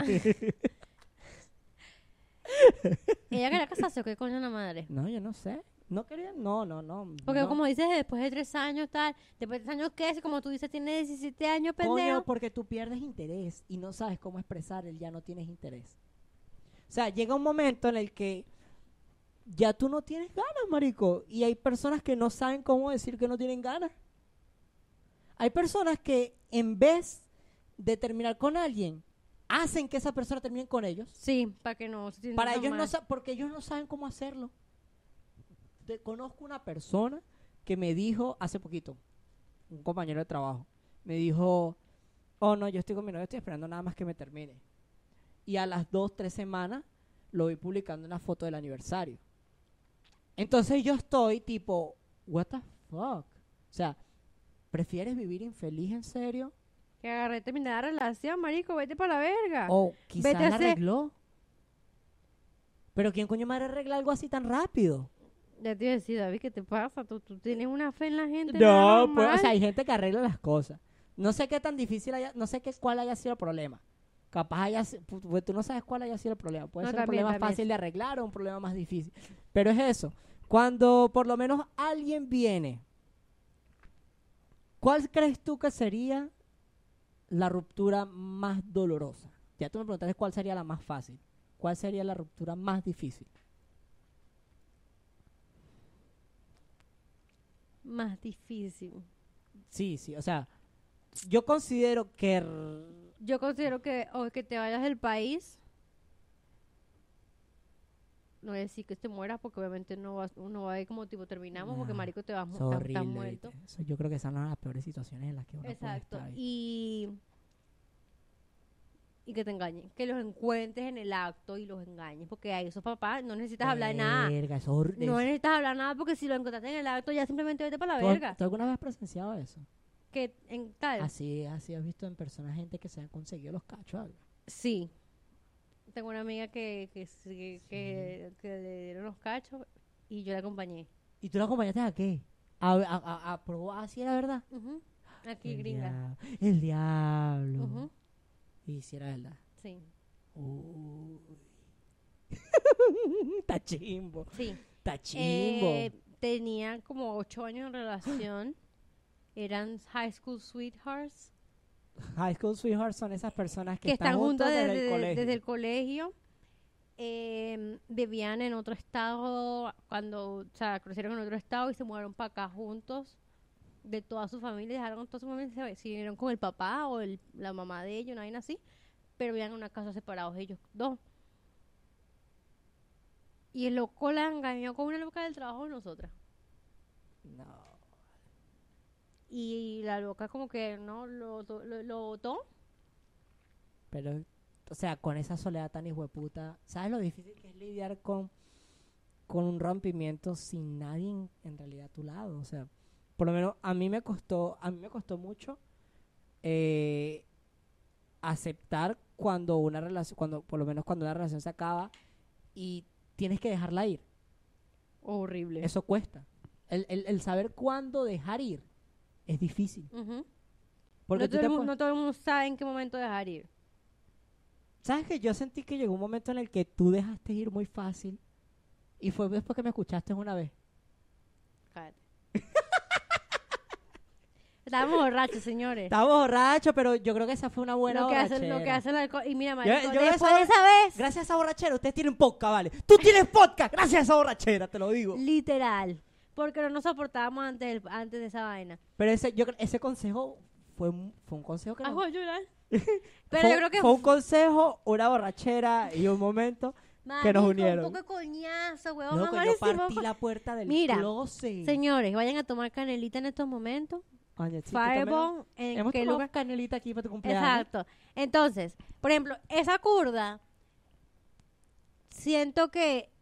¿Ella quería casarse o qué coño la madre? No, yo no sé. No quería, no, no, no. Porque no. como dices, después de tres años, tal, después de tres años, ¿qué? Si como tú dices, tiene diecisiete años, Coño, pendejo. porque tú pierdes interés y no sabes cómo expresar el ya no tienes interés. O sea, llega un momento en el que ya tú no tienes ganas, marico. Y hay personas que no saben cómo decir que no tienen ganas. Hay personas que en vez de terminar con alguien, hacen que esa persona termine con ellos. Sí, para que no se sientan Para tan ellos no mal. sa- porque ellos no saben cómo hacerlo. Te- conozco una persona que me dijo hace poquito, un compañero de trabajo, me dijo, oh no, yo estoy con mi novio, estoy esperando nada más que me termine. Y a las dos, tres semanas lo vi publicando una foto del aniversario. Entonces yo estoy tipo, what the fuck? O sea, ¿prefieres vivir infeliz en serio Que agarré terminar la relación, marico, vete para la verga. O quizás Vete a la hacer- arregló. Pero ¿quién coño madre arregla algo así tan rápido? Ya te iba a decir, David, ¿qué te pasa? ¿Tú, tú tienes una fe en la gente? nada No, pues, o normal? sea, hay gente que arregla las cosas. No sé qué tan difícil haya, no sé qué cuál haya sido el problema. Capaz haya, si- pu- pues tú no sabes cuál haya sido el problema. Puede No, ser un también, problema también. fácil de arreglar o un problema más difícil. Pero es eso. Cuando por lo menos alguien viene, ¿cuál crees tú que sería la ruptura más dolorosa? Ya tú me preguntaste cuál sería la más fácil. ¿Cuál sería la ruptura más difícil? Más difícil. Sí, sí, o sea, yo considero que r- Yo considero que o que te vayas del país. No voy a decir que te mueras porque obviamente no va, uno va a ir como tipo terminamos porque Nah, marico te vas mu- eso es estás- estás horrible, muerto. ¿viste? Eso yo creo que esas son las peores situaciones en las que uno puede Exacto. estar. ¿viste? Y y que te engañen, que los encuentres en el acto y los engañes, porque a esos papás no necesitas hablar de nada. Verga, eso es horrible. No necesitas hablar nada porque si lo encontraste en el acto ya simplemente vete para la ¿Tú, verga. tú alguna vez has presenciado eso? Que en tal. Así, así has visto en personas gente que se han conseguido los cachos. algo. Sí. Tengo una amiga que, que, sí- que, que le dieron los cachos y yo la acompañé. ¿Y tú la acompañaste a qué? A, a, a, a probar si era verdad. Ujú. Aquí, el gringa. dia- El diablo. Ujú. Y si era verdad. Sí. Uy. Está chimbo. Sí. Está chimbo. Eh, tenían como ocho años en relación. Eran high school sweethearts. High School Sweethearts son esas personas que, Que están juntos desde desde, el colegio. desde el colegio. Eh, vivían en otro estado cuando, o sea, crecieron en otro estado y se mudaron para acá juntos. De toda su familia, dejaron toda su familia, se se vinieron con el papá o el- la mamá de ellos, una vaina así. Pero vivían en una casa separados ellos dos. Y el loco la engañó con una loca del trabajo de nosotras. No. Y la loca como que no lo, lo, lo botó. Pero, o sea, con esa soledad tan hijueputa, ¿sabes lo difícil que es lidiar con, con un rompimiento sin nadie en, en realidad a tu lado? O sea, por lo menos a mí me costó, a mí me costó mucho eh, aceptar cuando una relación, cuando, por lo menos cuando una relación se acaba y tienes que dejarla ir. Horrible. Eso cuesta. El, el, el saber cuándo dejar ir es difícil. Ujú. Porque no, tú todo te el, mu- puedes- no todo el mundo sabe en qué momento dejar ir. ¿Sabes que yo sentí que llegó un momento en el que tú dejaste ir muy fácil? Y fue después que me escuchaste una vez. Cállate. Estábamos borrachos, señores. Estábamos borrachos, pero yo creo que esa fue una buena lo que hace, borrachera. lo que hace el alcohol. Y mira, Yo- marico, yo creo que después esa- de esa vez, Gracias a esa borrachera, ustedes tienen podcast, ¿vale? Tú tienes podcast gracias a esa borrachera, te lo digo. literal. Porque no nos soportábamos antes, del- antes de esa vaina. Pero ese, yo, creo- ese consejo fue, un- fue un consejo que Ah, no- voy a llorar. Pero fue, yo creo que fue un consejo, una borrachera y un momento que nos marico, unieron. un poco de coñazo, huevón. Loco, yo amanecimos partí con- la puerta del Mira, closet. Señores, vayan a tomar canelita en estos momentos. Coño, sí, tú también- Fireball, en Hemos qué tomado lugar. canelita aquí para tu cumpleaños. Exacto. Entonces, por ejemplo, esa curda, siento que,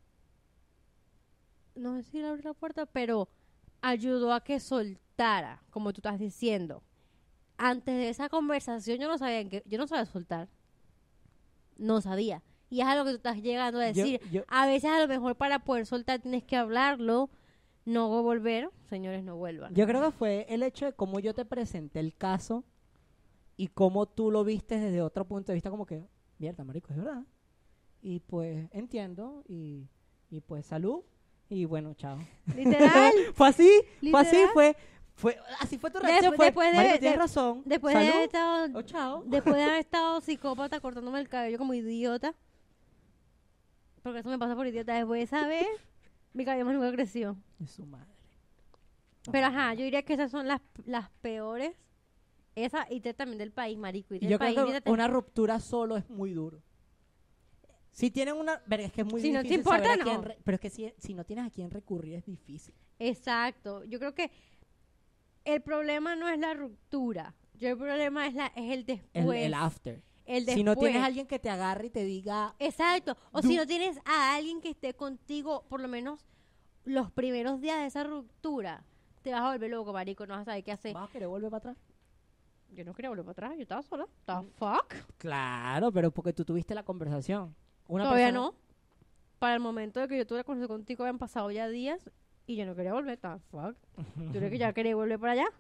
no sé si le abrió la puerta, pero ayudó a que soltara, como tú estás diciendo. Antes de esa conversación yo no sabía en qué, yo no sabía soltar. No sabía. Y es algo que tú estás llegando a Yo- decir. yo- A veces a lo mejor para poder soltar tienes que hablarlo, no volver. Señores, no vuelvan. Yo creo que fue el hecho de cómo yo te presenté el caso y cómo tú lo viste desde otro punto de vista, como que, mierda, marico, es verdad. Y pues entiendo y, y pues salud y bueno, chao. Literal. Fue así, fue así, Literal. fue, fue, así fue tu reacción, Después- fue, después de- marico, tienes de- razón, Después de haber salud, estado o chao. Después de haber estado psicópata cortándome el cabello como idiota. Porque eso me pasa por idiota. Después de esa vez, mi cabello más nunca creció. Es su madre. Pero ajá, yo diría que esas son las, las peores. Esa y te también del país, marico. Y Y del yo país, creo que mírate. una ruptura solo es muy duro. Si tienen una, verga, es que es muy Si no te difícil importa, saber a quién no. re- pero es que si, si no tienes a quién recurrir es difícil. Exacto. Yo creo que el problema no es la ruptura. Yo el problema es, la, es el El, después. el after. el Si no después. tienes a alguien que te agarre y te diga, Exacto. O Du- si no tienes a alguien que esté contigo, por lo menos los primeros días de esa ruptura, te vas a volver loco, marico. No vas a saber qué hacer. ¿vas a querer volver para atrás? yo no quería volver para atrás, yo estaba sola. ¿The fuck? Claro, pero porque tú tuviste la conversación. Una Todavía persona- no. Para el momento de que yo tuve la conversación contigo habían pasado ya días y yo no quería volver. ¿The fuck? ¿Tú crees que ya quería volver para allá?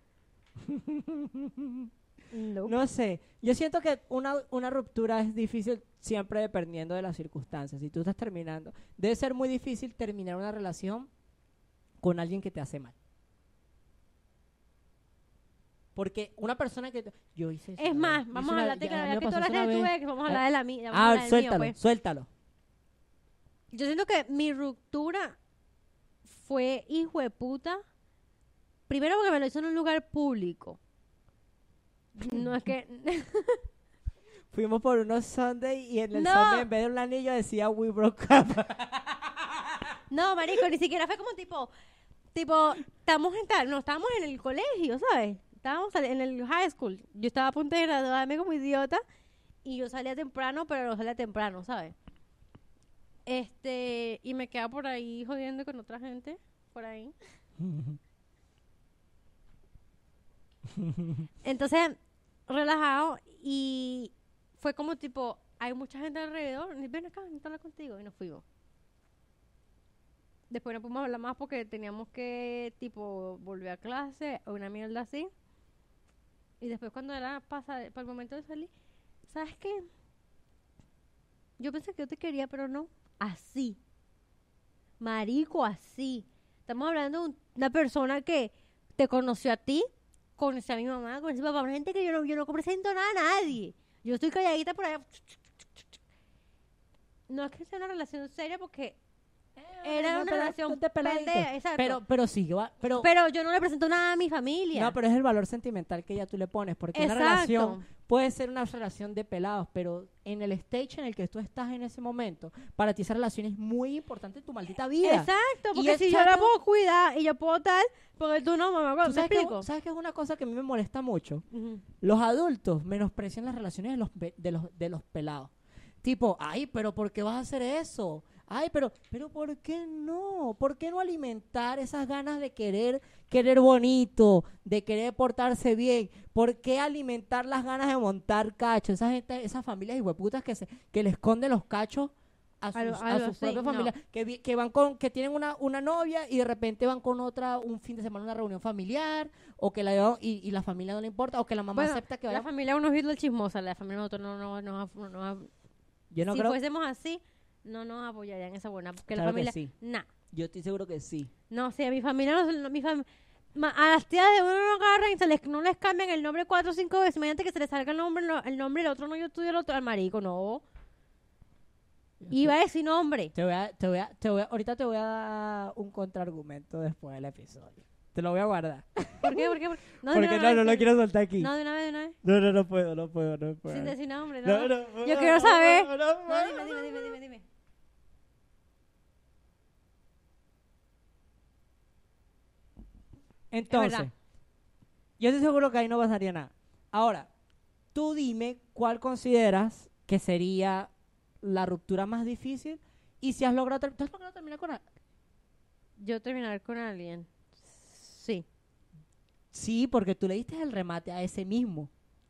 No. No sé, yo siento que una, una ruptura es difícil siempre dependiendo de las circunstancias. Si tú estás terminando, debe ser muy difícil terminar una relación con alguien que te hace mal. Porque una persona que... te- yo hice eso Es una más, vez, yo vamos hice a una- hablar de ya- que a la mí verdad me que tú pasó hablas eso una de tu vez. ex, vamos a hablar de la mía. Vamos a Ah, hablar del mío, suéltalo, pues. suéltalo. Yo siento que mi ruptura fue hijo de puta. Primero porque me lo hizo en un lugar público. No es que... Fuimos por unos Sunday y en el No. Sunday en vez de un anillo decía We broke up. No, marico, ni siquiera fue como tipo... Tipo, estamos en tal... No, estábamos en el colegio, ¿sabes? Estábamos en el high school. Yo estaba a punto de graduarme como idiota. Y yo salía temprano, pero no salía temprano, ¿sabes? Este... Y me quedaba por ahí jodiendo con otra gente. Por ahí. Entonces, relajado y fue como tipo, hay mucha gente alrededor, ven acá, necesito hablar contigo y nos fuimos. Después no pudimos hablar más porque teníamos que tipo volver a clase o una mierda así. Y después cuando era pasa, para el momento de salir, ¿sabes qué? Yo pensé que yo te quería, pero no, así. Marico, así. Estamos hablando de una persona que te conoció a ti, conoció a mi mamá, conoció a mi papá, una gente que yo no, yo no presento nada a nadie. Yo estoy calladita por allá. No es que sea una relación seria porque era No, una pero- relación de peladito. pendeja, exacto. Pero, pero sí, yo va- pero, Pero yo no le presento nada a mi familia. no, pero es el valor sentimental que ya tú le pones, porque una Exacto. relación puede ser una relación de pelados, pero en el stage en el que tú estás en ese momento, para ti esa relación es muy importante en tu maldita vida. Exacto, Y porque es- si yo ¿sabes la qué? puedo cuidar y yo puedo tal, porque tú no, mamá, ¿Tú ¿me sabes, que, explico? ¿Sabes qué es una cosa que a mí me molesta mucho? Ujú. Los adultos menosprecian las relaciones de los, pe- de los, de los pelados. Tipo, ay, pero ¿por qué vas a hacer eso? Ay, pero, pero ¿por qué no? ¿Por qué no alimentar esas ganas de querer, querer bonito, de querer portarse bien? ¿Por qué alimentar las ganas de montar cachos? Esa gente, esas familias hijueputas que se, que le esconden los cachos a sus, Algo- a algo sus así, propias no. familias, que, vi- que van con, que tienen una, una novia y de repente van con otra un fin de semana a una reunión familiar, o que la llevan y, y la familia no le importa, o que la mamá Bueno, acepta que vaya. la familia unos Hitler chismosa, la familia nosotros no, no, no, no, no- Yo no si creo. fuésemos así, no nos apoyarían esa buena, porque Claro la que familia, sí. nah, Yo estoy seguro que sí. no sé, a mi familia, no, no, mi fam- ma- a las tías de uno no agarran y se les, no les cambian el nombre cuatro o cinco veces, imagínate que se les salga el nombre, no- el nombre, el otro no, yo estudio el otro, al marico, no, iba a decir nombre, Te voy a, te voy a, te voy a- ahorita te voy a dar un contraargumento después del episodio. Te lo voy a guardar. ¿por qué? ¿Por qué? ¿Por qué? No, de Porque una no, vez, no lo de- quiero soltar aquí. No, de una vez, de una vez, No, no, no puedo, no puedo, no puedo. sin decir nombre, no, No, no puedo, yo quiero no saber, puedo, no no, puedo. dime, dime, dime, dime, dime, Entonces, verdad. yo estoy seguro que ahí no pasaría nada. Ahora, tú dime cuál consideras que sería la ruptura más difícil y si has logrado, ter- ¿tú has logrado terminar con alguien? yo terminar con alguien, sí. Sí, porque tú le diste el remate a ese mismo.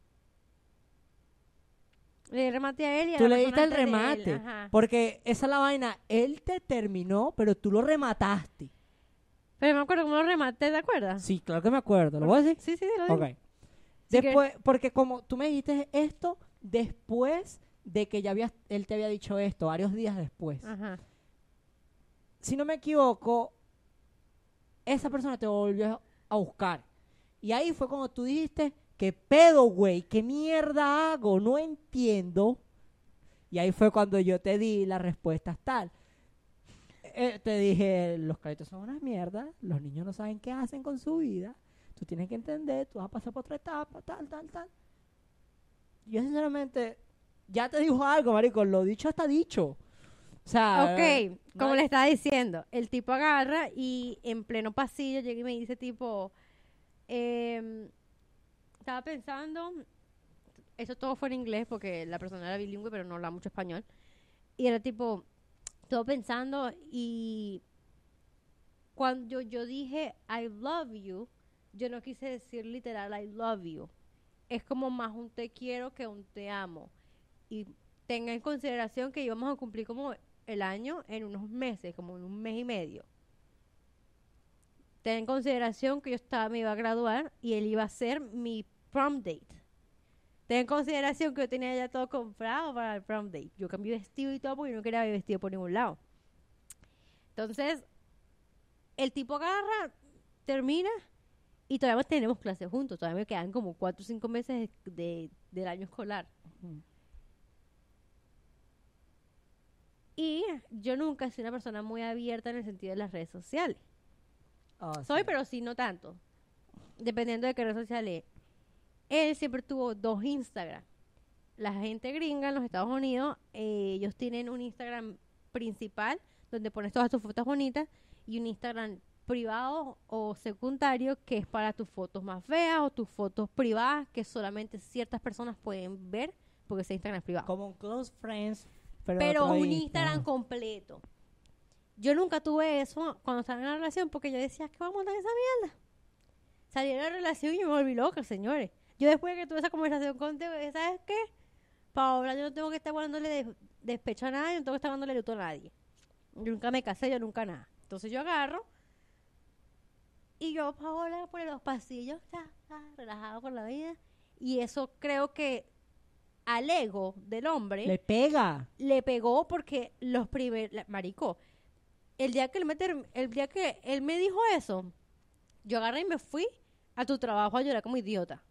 Le remate a él y a Tú la le persona diste el antes de él, remate. ajá. Porque esa es la vaina. Él te terminó, pero tú lo remataste. Pero me acuerdo cómo lo rematé, ¿te acuerdas? Sí, claro que me acuerdo. ¿Lo voy a decir? Sí, sí, sí, lo digo. Ok. Sí que- Después, porque como tú me dijiste esto después de que ya habías, él te había dicho esto, varios días después. Ajá. Si no me equivoco, esa persona te volvió a buscar. Y ahí fue cuando tú dijiste, ¿qué pedo, güey? ¿Qué mierda hago? No entiendo. Y ahí fue cuando yo te di las respuestas tal. Eh, te dije, los créditos son unas mierdas, los niños no saben qué hacen con su vida, tú tienes que entender, tú vas a pasar por otra etapa, tal, tal, tal. Yo sinceramente, ya te dijo algo, marico, lo dicho está dicho. O sea, Ok, como no- le estaba diciendo, el tipo agarra y en pleno pasillo llega y me dice tipo, em, estaba pensando, eso todo fue en inglés porque la persona era bilingüe pero no hablaba mucho español, y era tipo, todo pensando y cuando yo dije I love you, yo no quise decir literal I love you, es como más un te quiero que un te amo. Y tenga en consideración que íbamos a cumplir como el año en unos meses, como en un mes y medio. Ten en consideración que yo estaba, me iba a graduar y él iba a ser mi prom date. Ten en consideración que yo tenía ya todo comprado para el prom date. Yo cambié vestido y todo porque yo no quería ver vestido por ningún lado. Entonces, el tipo agarra, termina y todavía tenemos clases juntos. Todavía me quedan como cuatro o cinco meses de, de, del año escolar. Ujú. Y yo nunca he sido una persona muy abierta en el sentido de las redes sociales. Oh, Soy, sí. pero sí no tanto. Dependiendo de qué red social es. Él siempre tuvo dos Instagram. La gente gringa en los Estados Unidos, eh, ellos tienen un Instagram principal donde pones todas tus fotos bonitas y un Instagram privado o secundario que es para tus fotos más feas o tus fotos privadas que solamente ciertas personas pueden ver porque ese Instagram es privado. Como un close friends, pero, Pero otro un Insta. Instagram completo. Yo nunca tuve eso cuando estaba en la relación porque yo decía, ¿qué vamos a montar esa mierda? Salí de la relación y me volví loca, señores. Yo después de que tuve esa conversación contigo, dije, ¿sabes qué? Paola, yo no tengo que estar guardándole de- despecho a nadie, no tengo que estar dándole luto a nadie. Yo nunca me casé, yo nunca nada. Entonces yo agarro y yo, Paola, por los pasillos, ta, ta, relajado por la vida. Y eso creo que al ego del hombre Le pega. le pegó porque los primeros, marico, el día que él me ter- el día que él me dijo eso, yo agarré y me fui a tu trabajo a llorar como idiota.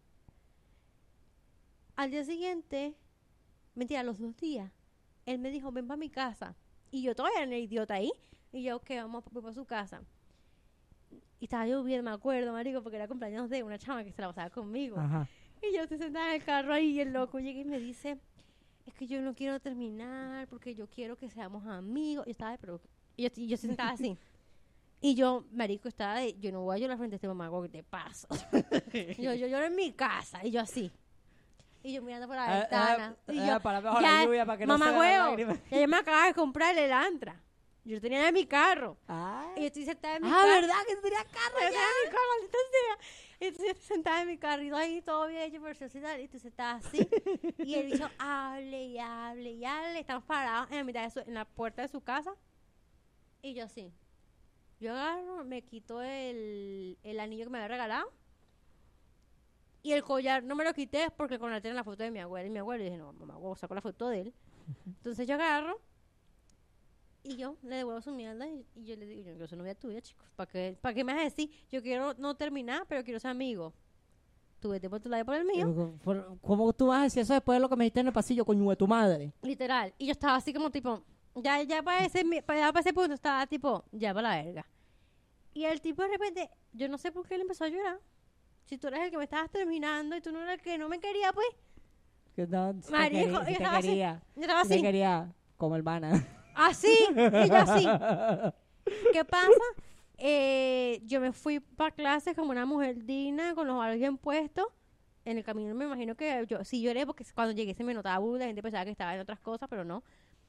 Al día siguiente, mentira, a los dos días, él me dijo, ven para mi casa. Y yo todavía era el idiota ahí. Y yo, ok, vamos para su casa. Y estaba lloviendo, me acuerdo, marico, porque era cumpleaños de una chama que se la pasaba conmigo. Ajá. Y yo estoy sentada en el carro ahí y el loco llega y me dice, es que yo no quiero terminar porque yo quiero que seamos amigos. Y yo estaba, pero... Y yo, y yo estoy sentada así. Y yo, marico, estaba de, yo no voy a llorar frente a este mamago, ¿qué te pasa? yo, yo lloro en mi casa. Y yo así. Y yo mirando por la Ah, ventana. ah, y ah, yo, para mejor ya, la lluvia, para que no se mamá vean las huevo, lágrimas. ya yo me acababa de comprar el Elantra. Yo lo tenía en mi carro. Ah, Y yo estoy sentada en mi ah carro. ¿verdad que tú tenías carro Yo ya? estaba en mi carro, maldita sea. Y estoy sentada en mi carrito ahí, todo bien hecho por sociedad. Y tú sentada así. Y el bicho hable y hable y hable. Estamos parados en la mitad de su, en la puerta de su casa. Y yo así. Yo agarro, me quito el, el anillo que me había regalado. Y el collar no me lo quité porque con él tenía la foto de mi abuela y mi abuelo. Y dije, no, mamá, huevo, saco la foto de él. Entonces yo agarro. Y yo le devuelvo su mierda y, y yo le digo, yo no quiero ser novia tuya, chicos. ¿Para qué, ¿Para qué me vas a decir? Yo quiero no terminar, pero quiero ser amigo. Tú vete por tu lado y por el mío. Por- ¿Cómo tú vas a decir eso después de lo que me dijiste en el pasillo, coño de tu madre? Literal. Y yo estaba así como tipo, ya, ya para ese, mi- para, para ese punto estaba tipo, ya para la verga. Y el tipo de repente, yo no sé por qué él empezó a llorar. Si tú eres el que me estabas terminando y tú no eres el que no me quería, pues. Que no, si te Marico, quería- yo si te estaba así. quería, Yo estaba si te así, quería como hermana. así, y yo así. ¿Qué pasa? Eh, yo me fui para clases como una mujer digna, con los ojos bien puestos. En el camino me imagino que yo sí lloré porque cuando llegué se me notaba burda, la gente pensaba que estaba en otras cosas, pero no.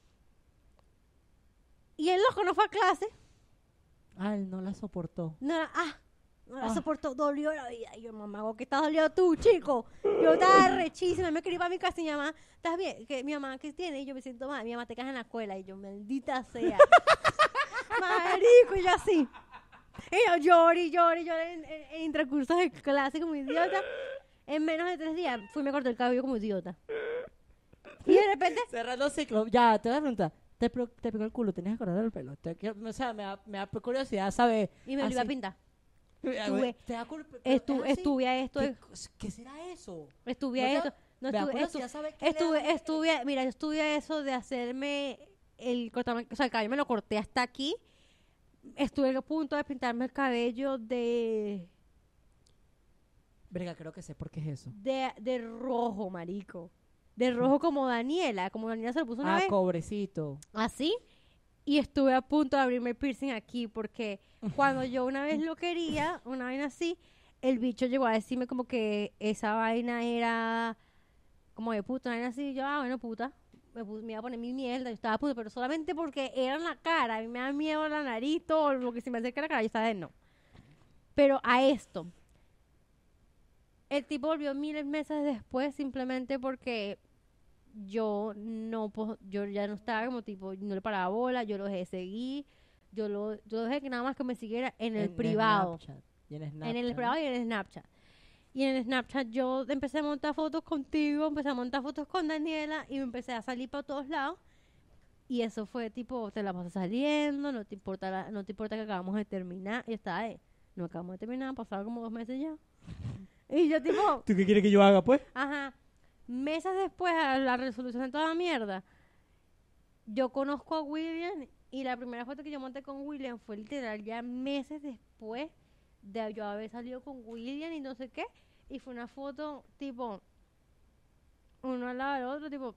Y el loco no fue a clase. Ah, él no la soportó. No, ah, no la Ah. soportó, dolió la vida. Y yo, mamá, ¿qué estás dolido tú, chico? Yo estaba rechísima, me quería ir para mi casa y mi mamá, ¿estás bien? ¿Qué, mi mamá, ¿qué tiene? Y yo me siento mal, mi mamá te caja en la escuela. Y yo, maldita sea. Marico, y yo así. Y yo lloro y lloro y lloro en, en, en intercursos de clase como idiota. En menos de tres días fui y me corté el cabello como idiota. Y de repente, Cerrando ciclo. Ya, te voy a preguntar. Te, pro- te pegó el culo, tenías que cortar el pelo. Te, que- o sea, me da, me da curiosidad saber. y me lo iba a así. pintar. Estuve, ¿Te da cul- pero Estu, es así? estuve a esto, ¿Qué, cos- ¿Qué será eso? estuve ¿No a te- esto. No me da estuve, curiosidad estu- saber qué le estuve, dan- estuve, mira, yo estuve a eso de hacerme el cortarme, o sea, el cabello me lo corté hasta aquí. Estuve a punto de pintarme el cabello de, Verga, creo que sé por qué es eso. de, de rojo, marico. De rojo como Daniela, como Daniela se lo puso una Ah, vez. cobrecito. Así. Y estuve a punto de abrirme el piercing aquí porque cuando yo una vez lo quería, una vaina así, el bicho llegó a decirme como que esa vaina era como de puta, una vaina así. Y yo, ah, bueno, puta. Me, pu- me iba a poner mi mierda, yo estaba a punto, pero solamente porque era en la cara. A mí me da miedo la nariz, todo lo que se me acerca a la cara, yo estaba de no. Pero a esto. El tipo volvió miles meses después simplemente porque yo no, pos- yo ya no estaba como tipo, no le paraba bola, yo lo dejé de seguir, yo lo, yo dejé que nada más que me siguiera en el En privado, Snapchat. Y en en Snapchat, el ¿no? privado y en el Snapchat. Y en el Snapchat yo empecé a montar fotos contigo, empecé a montar fotos con Daniela y me empecé a salir para todos lados. Y eso fue tipo, te la pasas saliendo, no te importa, la- no te importa que acabamos de terminar. Y está ahí. No acabamos de terminar, han pasado como dos meses ya. Y yo tipo, ¿Tú qué quieres que yo haga, pues? ajá, meses después a la resolución de toda la mierda, yo conozco a William y la primera foto que yo monté con William fue literal ya meses después de yo haber salido con William y no sé qué. Y fue una foto tipo, uno al lado del otro, tipo,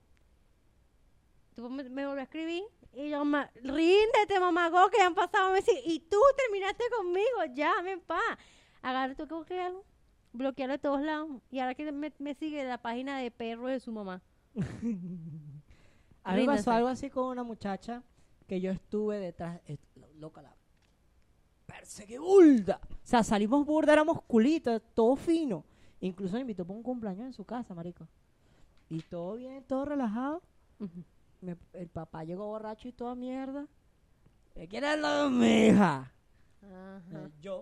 tipo me, me volvió a escribir y yo, ma, ríndete, mamagó, que ya han pasado meses y tú terminaste conmigo, ya, ven pa. Agarra tu que bloquearlo, bloquearlo de todos lados. Y ahora que me, me sigue la página de perro de su mamá. A mí me pasó Ríndanse. algo así con una muchacha que yo estuve detrás. eh, lo- loca, la perseguí burda. O sea, salimos burda, éramos culitos, todo fino. Incluso me invitó para un cumpleaños en su casa, marico. Y todo bien, todo relajado. Ujú. Me- el papá llegó borracho y toda mierda. ¿Quién es la de mi hija? Ajá. Eh, yo.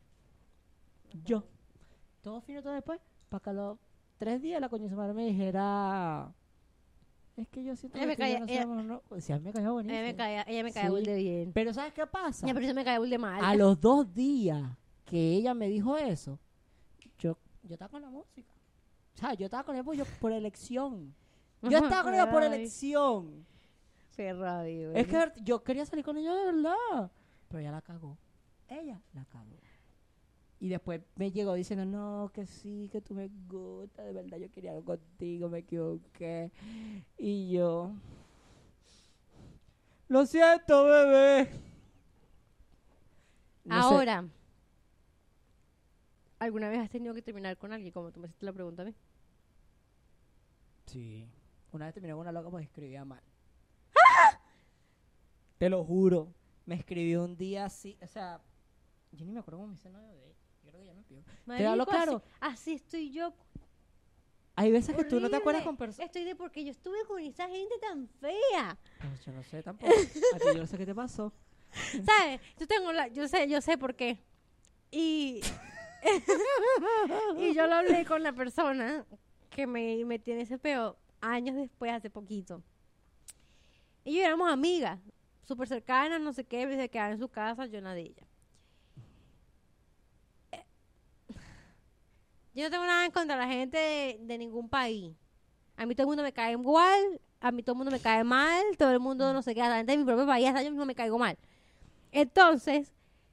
Yo. Todo fino, todo después. Para que a los tres días la coño de su madre me dijera. Es que yo siento Ella que me tú y yo caía- no ella- somos, no. O sea, a mí me cayó Ella buenísimo. me caía, ella me caía Sí. burda de bien. Pero ¿sabes qué pasa? Ya, pero eso me caía burda de mal. A los dos días que ella me dijo eso, yo, yo estaba con la música. O sea, yo estaba con ella por, yo- por elección. Yo estaba con ella por Ay, elección. qué rabia, Es que yo quería salir con ella de verdad. Pero ella la cagó. Ella la cagó. Y después me llegó diciendo, no, que sí, que tú me gustas, de verdad yo quería algo contigo, me equivoqué. Y yo, lo siento, bebé. No sé. Ahora, ¿alguna vez has tenido que terminar con alguien? Como tú me hiciste la pregunta a mí. Sí. Una vez terminé con una loca porque escribía mal. Te lo juro. Me escribió un día así, o sea, yo ni me acuerdo cómo me hice novio de ella. Yo creo que ya me pidió. Te hablo Marico, claro. Así, así estoy yo. Hay veces que tú no te horrible. acuerdas con personas. Estoy de porque yo estuve con esa gente tan fea. Pues yo no sé tampoco. A ti yo no sé qué te pasó. ¿Sabes? Yo tengo la, yo sé, yo sé por qué. Y y yo lo hablé con la persona que me, me tiene ese peo años después, hace poquito. Y yo éramos amigas, súper cercanas, no sé qué, se quedaba en su casa, yo en la de ella. Eh, Yo no tengo nada en contra de la gente de, de ningún país. A mí todo el mundo me cae igual, a mí todo el mundo me cae mal, todo el mundo no sé qué, a la gente de mi propio país, hasta yo mismo me caigo mal. Entonces,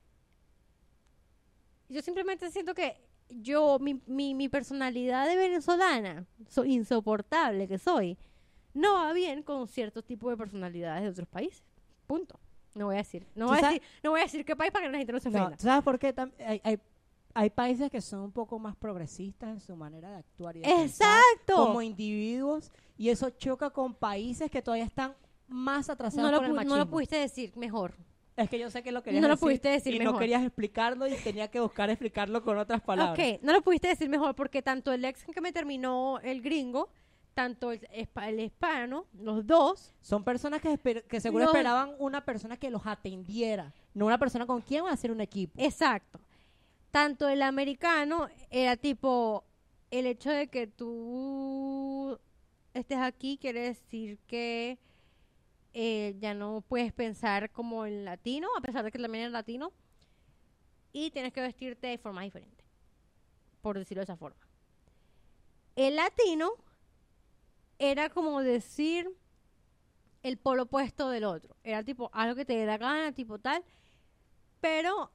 yo simplemente siento que yo, mi, mi, mi personalidad de venezolana, so, insoportable que soy, no va bien con ciertos tipos de personalidades de otros países. Punto. No voy a decir, no ¿Tú voy a sabes? decir, no voy a decir qué país para que la gente no se No, ofenda. ¿tú ¿sabes por qué? Tam- Hay, hay, hay países que son un poco más progresistas en su manera de actuar y de pensar Exacto. como individuos y eso choca con países que todavía están más atrasados No lo, por el pu- machismo. no lo pudiste decir mejor. Es que yo sé que lo querías No lo decir pudiste decir y mejor. no querías explicarlo y tenía que buscar explicarlo con otras palabras. Ok, no lo pudiste decir mejor porque tanto el ex que me terminó el gringo, tanto el, espa- el hispano, los dos, Son personas que, esper- que seguro No. esperaban una persona que los atendiera, no una persona con quien va a hacer un equipo. exacto. Tanto el americano era tipo, el hecho de que tú estés aquí quiere decir que eh, ya no puedes pensar como el latino, a pesar de que también es latino, y tienes que vestirte de forma diferente, por decirlo de esa forma. El latino era como decir el polo opuesto del otro. Era tipo algo que te dé la gana, tipo tal. Pero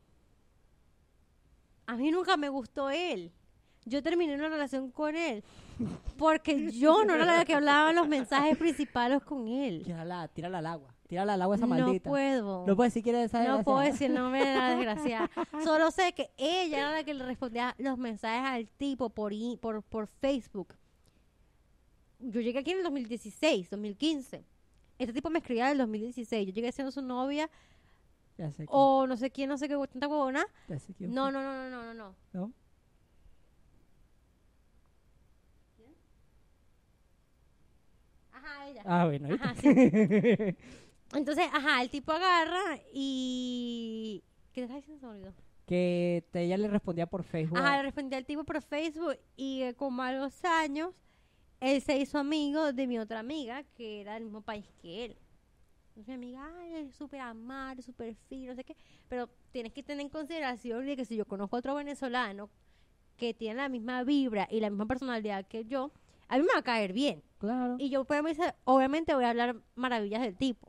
a mí nunca me gustó él. Yo terminé una relación con él porque yo no era la que hablaba los mensajes principales con él. Tírala, tírala al agua, tírala al agua esa No maldita. puedo. No puedes decir quién es esa No puedo desgraciada. decir el nombre de la desgraciada. Solo sé que ella era la que le respondía los mensajes al tipo por, i- por, por Facebook. Yo llegué aquí en el dos mil dieciséis, dos mil quince. Este tipo me escribía en el dos mil dieciséis. Yo llegué siendo su novia Ya sé quién, o no sé quién, no sé qué, tanta huevona. ya sé quién No, fue. no, no, no, no, no, no. ¿No? Ajá, ella. Ah, bueno. ¿viste? Ajá, sí. Entonces, ajá, el tipo agarra y... ¿Qué te estás diciendo? Se me olvidó. Que te- ella le respondía por Facebook. Ajá, le respondí al tipo por Facebook y eh, como a los años, él se hizo amigo de mi otra amiga que era del mismo país que él. Entonces mi amiga, ay, es súper amable, súper fino, no sé qué. Pero tienes que tener en consideración de que si yo conozco a otro venezolano que tiene la misma vibra y la misma personalidad que yo, a mí me va a caer bien. Claro. Y yo pues, me dice, obviamente voy a hablar maravillas del tipo.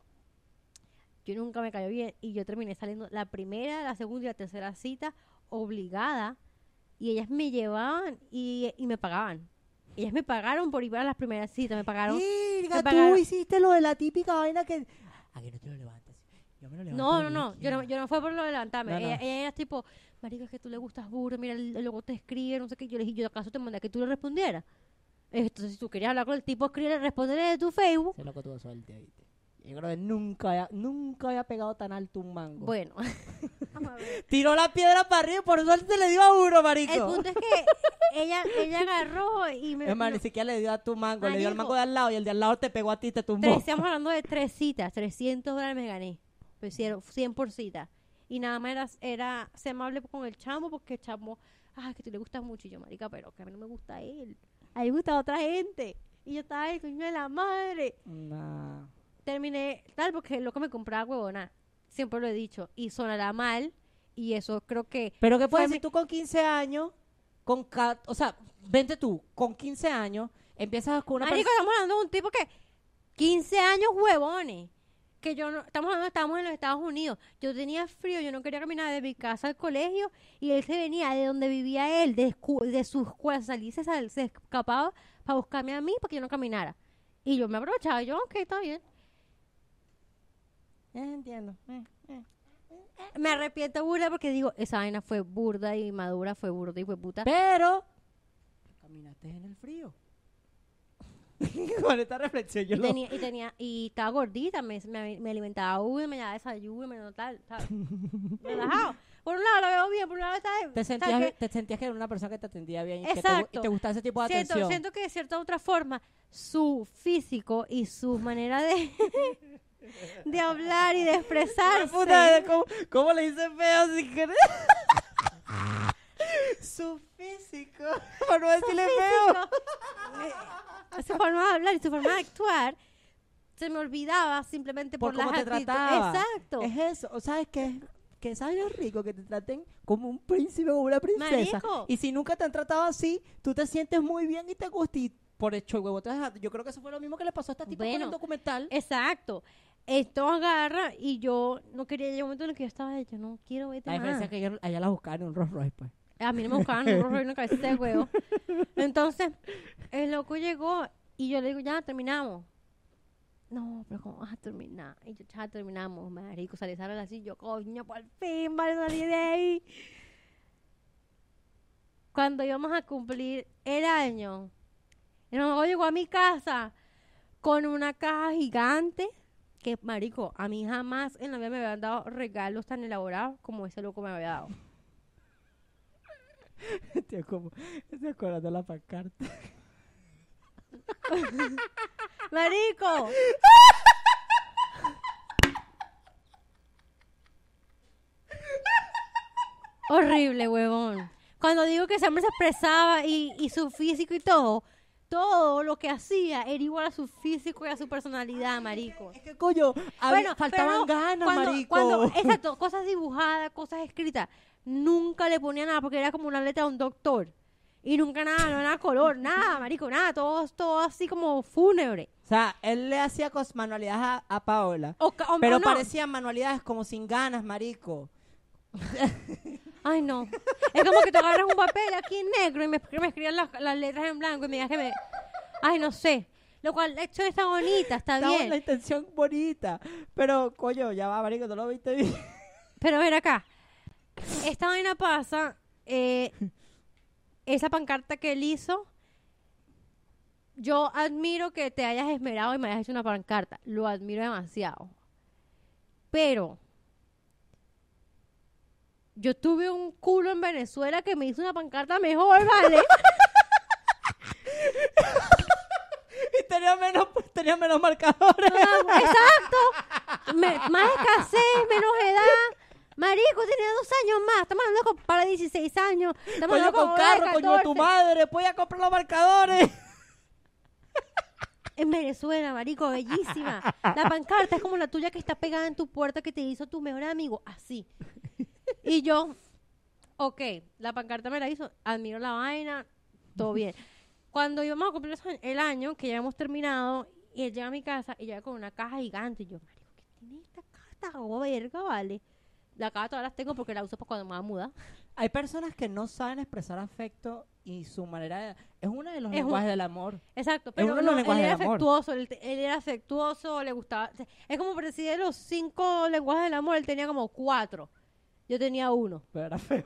Yo nunca me cayó bien y yo terminé saliendo la primera, la segunda y la tercera cita obligada y ellas me llevaban y, y me pagaban. Ellas me pagaron por ir a las primeras citas, me pagaron. Irga, me tú pagaron- hiciste lo de la típica vaina que... ¿A que no te lo levantas? Yo me lo levanto. No, de no, no, mi yo no, esquina. yo no fue por lo de levantarme. No, no. Ella, ella era tipo, marico, es que tú le gustas burro, mira, el- luego te escribe, no sé qué. Yo le dije, yo acaso te mandé a que tú le respondieras. Entonces, si tú querías hablar con el tipo, escribe, responderle de tu Facebook. Ese loco tuvo suerte, ¿viste? Yo creo que nunca había, nunca había pegado tan alto un mango. Bueno, vamos a ver. Tiró la piedra para arriba y por suerte le dio a uno, marico. El punto es que ella, ella agarró y me... Es más, no, ni siquiera le dio a tu mango, le dio al Marico. mango de al lado y el de al lado te pegó a ti y te tumbó. tres, estamos hablando de tres citas, trescientos dólares me gané. Pues hicieron cien por cita. Y nada más era, era ser amable con el chamo porque el chamo, ah, que tú le gustas mucho. Y yo, marica, pero que a mí no me gusta él. A mí me gusta otra gente. Y yo estaba el coño de la madre. Nah. Terminé tal porque el loco me compraba huevona. Siempre lo he dicho. Y sonará mal. Y eso creo que... Pero ¿qué puedes Fue decir tú con quince años? Con ca- o sea, vente tú, con quince años, empiezas con una Marico, persona... estamos hablando de un tipo que... quince años huevones. Que yo no... Estamos hablando, estamos en los Estados Unidos. Yo tenía frío, yo no quería caminar de mi casa al colegio. Y él se venía de donde vivía él, de, escu- de su escuela, salía, se, sal- se escapaba para buscarme a mí para que yo no caminara. Y yo me aprovechaba. Yo, ok, está bien. Eh, entiendo. Eh, eh. Me arrepiento burda porque digo, esa vaina fue burda y madura, fue burda y fue puta. Pero caminaste en el frío. Con esta reflexión yo Y lo... tenía, y tenía, y estaba gordita, me, me, me alimentaba uno, me daba desayuno, me tal, tal. Relajado. Por un lado lo veo bien, por un lado está... Te sentías, ¿sabes te sentías que era una persona que te atendía bien y que te, Exacto. y te gustaba ese tipo de qué? Siento, atención. siento que de cierta otra forma, su físico y su manera de, de hablar y de expresarse. Puta, ¿cómo, cómo le dice feo sin querer? Su físico. Por no decirle feo. eh, su forma de hablar y su forma de actuar se me olvidaba simplemente por, Por cómo las te actitud- trataba. Exacto. Es eso. ¿O sabes qué? Que sabes lo rico que te traten como un príncipe o una princesa. Marico. Y si nunca te han tratado así, tú te sientes muy bien y te gusta. Y por hecho, huevo, te dejas- yo creo que eso fue lo mismo que le pasó a esta tipa con Bueno, el documental. Exacto. Esto agarra y yo no quería llegar un momento en el que yo estaba, yo no quiero verte La diferencia más. es que ella, a ella la buscaban en un Rolls Royce, pues. A mí no me buscaban un rollo en una cabecita de huevo. Entonces, el loco llegó y yo le digo, ya terminamos. No, pero ¿cómo vas a terminar? Y yo, ya terminamos, marico. Salí a así, yo, coño, por fin, vale, salí de ahí. Cuando íbamos a cumplir el año, el mamá llegó a mi casa con una caja gigante que, marico, a mí jamás en la vida me habían dado regalos tan elaborados como ese loco me había dado. Tío, como, estoy acordando la pancarta. ¡Marico! Horrible, huevón. Cuando digo que ese hombre se expresaba y, y su físico y todo, todo lo que hacía era igual a su físico y a su personalidad, marico. Es que, coño, había- Bueno, faltaban pero no, ganas, cuando, marico. Cuando, exacto, cosas dibujadas, cosas escritas. Nunca le ponía nada porque era como una letra de un doctor. Y nunca nada, no era color, nada, marico, nada. Todo, todo así como fúnebre. O sea, él le hacía cos manualidades a, a Paola. O, ca- o- Pero o no. parecían manualidades como sin ganas, marico. Ay, no. Es como que tú agarras un papel aquí en negro y me, me escribas las, las letras en blanco y me digas que me... Ay, no sé. Lo cual, de hecho, está bonita, está Estaba bien. la intención bonita. Pero, coño, ya va, marico, no lo viste bien. Pero ver acá. Esta vaina pasa. Eh, esa pancarta que él hizo. Yo admiro que te hayas esmerado y me hayas hecho una pancarta. Lo admiro demasiado. Pero yo tuve un culo en Venezuela que me hizo una pancarta mejor, ¿vale? Y tenía menos, Tenía menos marcadores. No, exacto. Me- más escasez, menos edad. Marico, tenía dos años más. Estamos hablando con para dieciséis años. Estamos Coño, hablando con con carro, coño de tu catorce. madre. Voy a comprar los marcadores. En Venezuela, marico, bellísima. La pancarta es como la tuya que está pegada en tu puerta que te hizo tu mejor amigo. Así. Y yo, ok, la pancarta me la hizo, admiro la vaina, todo bien. Cuando íbamos a cumplir eso- el año, que ya hemos terminado, y él llega a mi casa y llega con una caja gigante. Y yo, marico, ¿qué tiene esta caja? Esta verga, vale. La caja todas las tengo porque la uso para cuando me voy a mudar. Hay personas que no saben expresar afecto y su manera de... Es uno de los Es un- lenguajes del amor. Exacto, uno pero de los no, él lenguajes era del amor. afectuoso, él, te- él era afectuoso, le gustaba. Es como por decir de los cinco lenguajes del amor, él tenía como cuatro. Yo tenía uno. Pero era feo.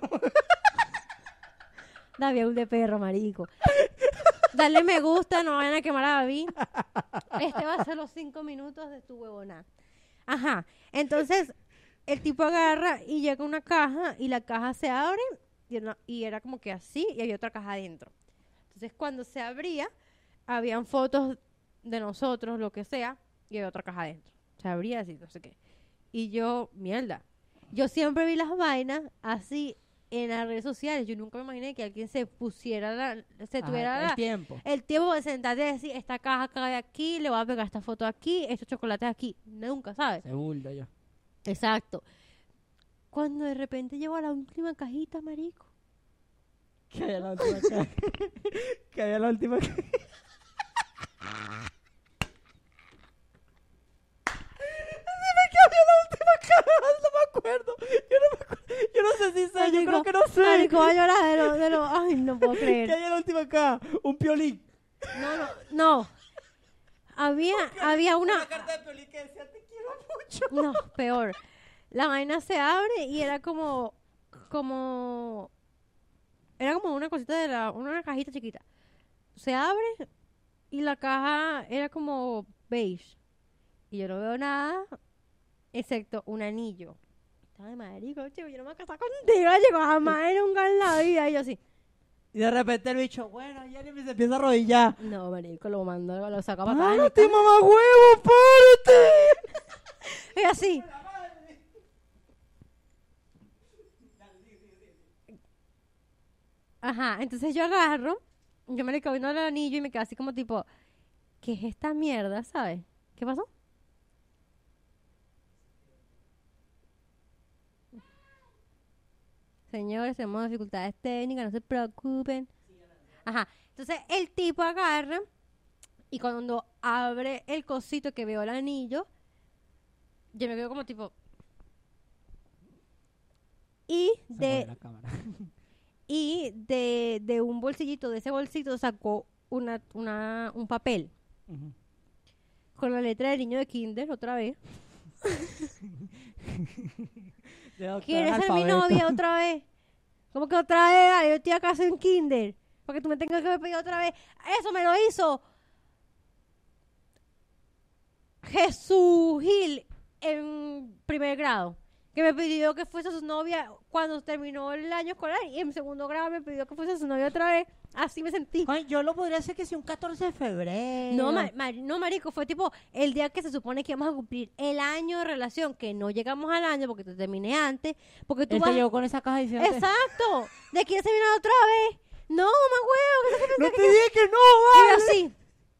David un de perro, marico. Dale me gusta, no vayan a quemar a David. Este va a ser los cinco minutos de tu huevona. Ajá. Entonces, el tipo agarra y llega a una caja y la caja se abre y, una- y era como que así y había otra caja adentro. Entonces, cuando se abría, habían fotos de nosotros, lo que sea, y había otra caja adentro. Se abría así, no sé qué. Y yo, mierda. Yo siempre vi las vainas así en las redes sociales. Yo nunca me imaginé que alguien se pusiera, la, se tuviera Ajá, la- el tiempo. el tiempo de sentarte y decir, esta caja cae aquí, le voy a pegar esta foto aquí, estos chocolates aquí. Nunca, ¿sabes? Se bulda yo. Exacto. Cuando de repente llegó a la última cajita, marico. Que había la última caja. Que había la última caja. Dime que había la última caja. No me acuerdo. Yo no me acuerdo. Yo no sé si sé. Yo Marico, creo que no sé. Marico, va a llorar de lo, de lo, ay, no puedo Que creer. había la última caja. Un piolín. No, no, no. Había, había Una una, carta de piolín que decía te quiero mucho. no, peor. La vaina se abre y era como, como, era como una cosita de la, una cajita chiquita. Se abre y la caja era como beige. Y yo no veo nada, excepto un anillo. Estaba de marico, chico, yo no me voy a casar contigo, chico, jamás era un gan en la vida. Y yo así, Y de repente el bicho, bueno, Jennifer se empieza a arrodillar. no, marico, lo mando, lo saca para acá. ¡Párate, mamá huevo! ¡Párate! Y así. Ajá, entonces yo agarro, yo me le quedo viendo el anillo y me quedo así como tipo, ¿qué es esta mierda, sabes? ¿Qué pasó? Señores, tenemos dificultades técnicas, no se preocupen. Ajá, entonces el tipo agarra y cuando abre el cosito que veo el anillo, yo me quedo como tipo... Y Se de, mueve la cámara. y de, de un bolsillito, de ese bolsito sacó una, una, un papel Ujú. con la letra del niño de kinder otra vez. De doctor ¿Quieres ser mi analfabeto. novia otra vez? ¿Cómo que otra vez? Dale, yo estoy acá en kinder. Para que tú me tengas que pedir otra vez. Eso me lo hizo Jesús Gil en primer grado. Que me pidió que fuese su novia cuando terminó el año escolar. Y en segundo grado me pidió que fuese su novia otra vez. Así me sentí. Coño, yo lo podría hacer que si un catorce de febrero. No, ma- ma- no, marico, fue tipo el día que se supone que íbamos a cumplir el año de relación, que no llegamos al año porque te terminé antes, porque tú Él vas... te llegó con esa caja diciendo. Exacto, de que se vino otra vez. No, más huevo, que se No te dije que no, Y vale. yo así.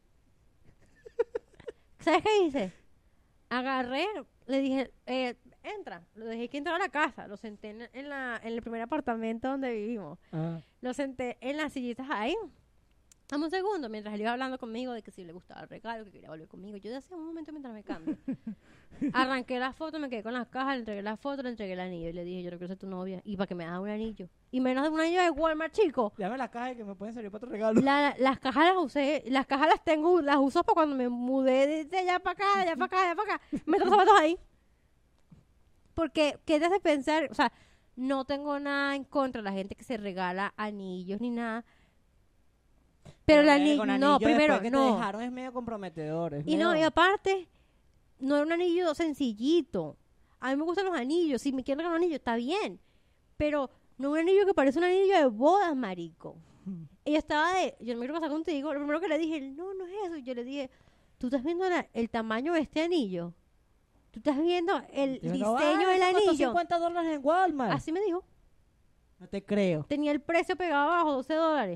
¿Sabes qué hice? Agarré, le dije, eh, entra. Lo dejé que entrara a la casa. Lo senté en, en la, en el primer apartamento donde vivimos. Ah. Lo senté en las sillitas ahí. Dame un segundo, mientras él iba hablando conmigo de que si le gustaba el regalo, que quería volver conmigo. Yo decía un momento mientras me cambio. Arranqué la foto, me quedé con las cajas, le entregué la foto, le entregué el anillo y le dije, yo no quiero ser tu novia. Y para que me hagas un anillo. Y menos de un anillo de Walmart, chico. Dame la caja y que me pueden servir para otro regalo. La- las cajas las usé, las cajas las tengo, las uso para cuando me mudé de, de allá para acá, de allá para acá, de allá para acá. Meto los zapatos ahí. Porque, ¿qué te hace pensar? O sea, no tengo nada en contra de la gente que se regala anillos ni nada. Pero el eh, anillo, con no, anillo primero, después que te no. dejaron es medio comprometedor. es Y no, medio- y aparte, no era un anillo sencillito. A mí me gustan los anillos. Si me quieren regalar un anillo, está bien. Pero no un anillo que parece un anillo de bodas, marico. Ella estaba de, yo no me quiero casar contigo. Lo primero que le dije, no, no es eso. Y yo le dije, ¿tú estás viendo la- el tamaño de este anillo? ¿Tú estás viendo el Yo no, diseño ah, del eso costó anillo? cincuenta dólares en Walmart. Así me dijo. No te creo. Tenía el precio pegado abajo, doce dólares.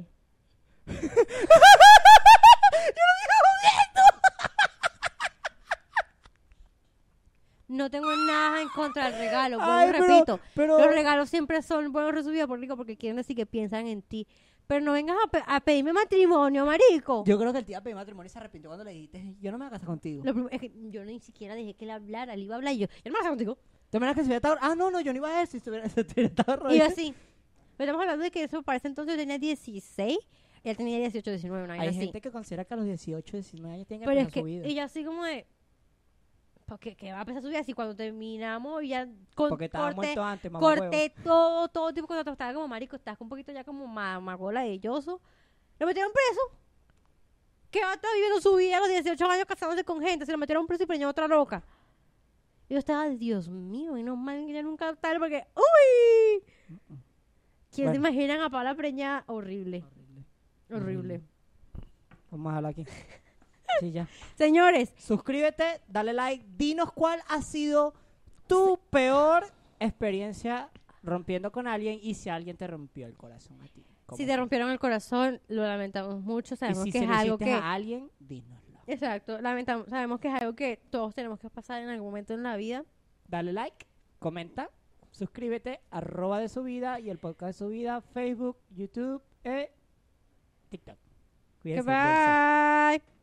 No tengo nada en contra del regalo, vuelvo Ay, y pero- repito. pero- Los regalos siempre son buenos recibidos por rico porque quieren decir que piensan en ti. Pero no vengas a, pe- a pedirme matrimonio, marico. Yo creo que el tío de matrimonio se arrepintió cuando le dijiste, yo no me voy a casar contigo. Lo prim- es que yo ni siquiera dejé que él hablara, él iba a hablar y yo, yo no me voy a casar contigo. ¿Te imaginas que se hubiera estado... Ah, no, no, yo no iba a decir si estuviera, si estuviera estado Y yo rodillas. así. Pero estamos hablando de que eso parece entonces yo tenía dieciséis y él tenía dieciocho, diecinueve, una vaina Hay así. gente que considera que a los dieciocho, diecinueve años tienen que Pero es empezar que, su vida. y yo así como de, porque ¿qué va a empezar su vida si cuando terminamos ya con, Porque estaba corté, muerto antes, mamá corté todo, todo tipo de cosas, estaba como marico, estás un poquito ya como ma- magola de elloso. Lo metieron preso. ¿Qué va a estar viviendo su vida a los dieciocho años casándose con gente? Se lo metieron preso y preñó otra loca. Y yo estaba, Dios mío, y no mal que ya nunca tal porque, ¡uy! ¿Quién se Bueno. imaginan a Paula preñada? Horrible, Horrible. horrible. Vamos a dejarlo aquí. Sí, ya. Señores, Suscríbete, dale like, dinos cuál ha sido tu peor experiencia rompiendo con alguien y si alguien te rompió el corazón a ti. ¿Cómo si fue? te rompieron el corazón, lo lamentamos mucho, Y sabemos si que se es lo algo hiciste que... a alguien, dínoslo. Exacto, lamentamos, sabemos que es algo que todos tenemos que pasar en algún momento en la vida. Dale like, comenta, suscríbete, arroba de su vida y el podcast de su vida, Facebook, YouTube, e TikTok. Cuídense, Goodbye.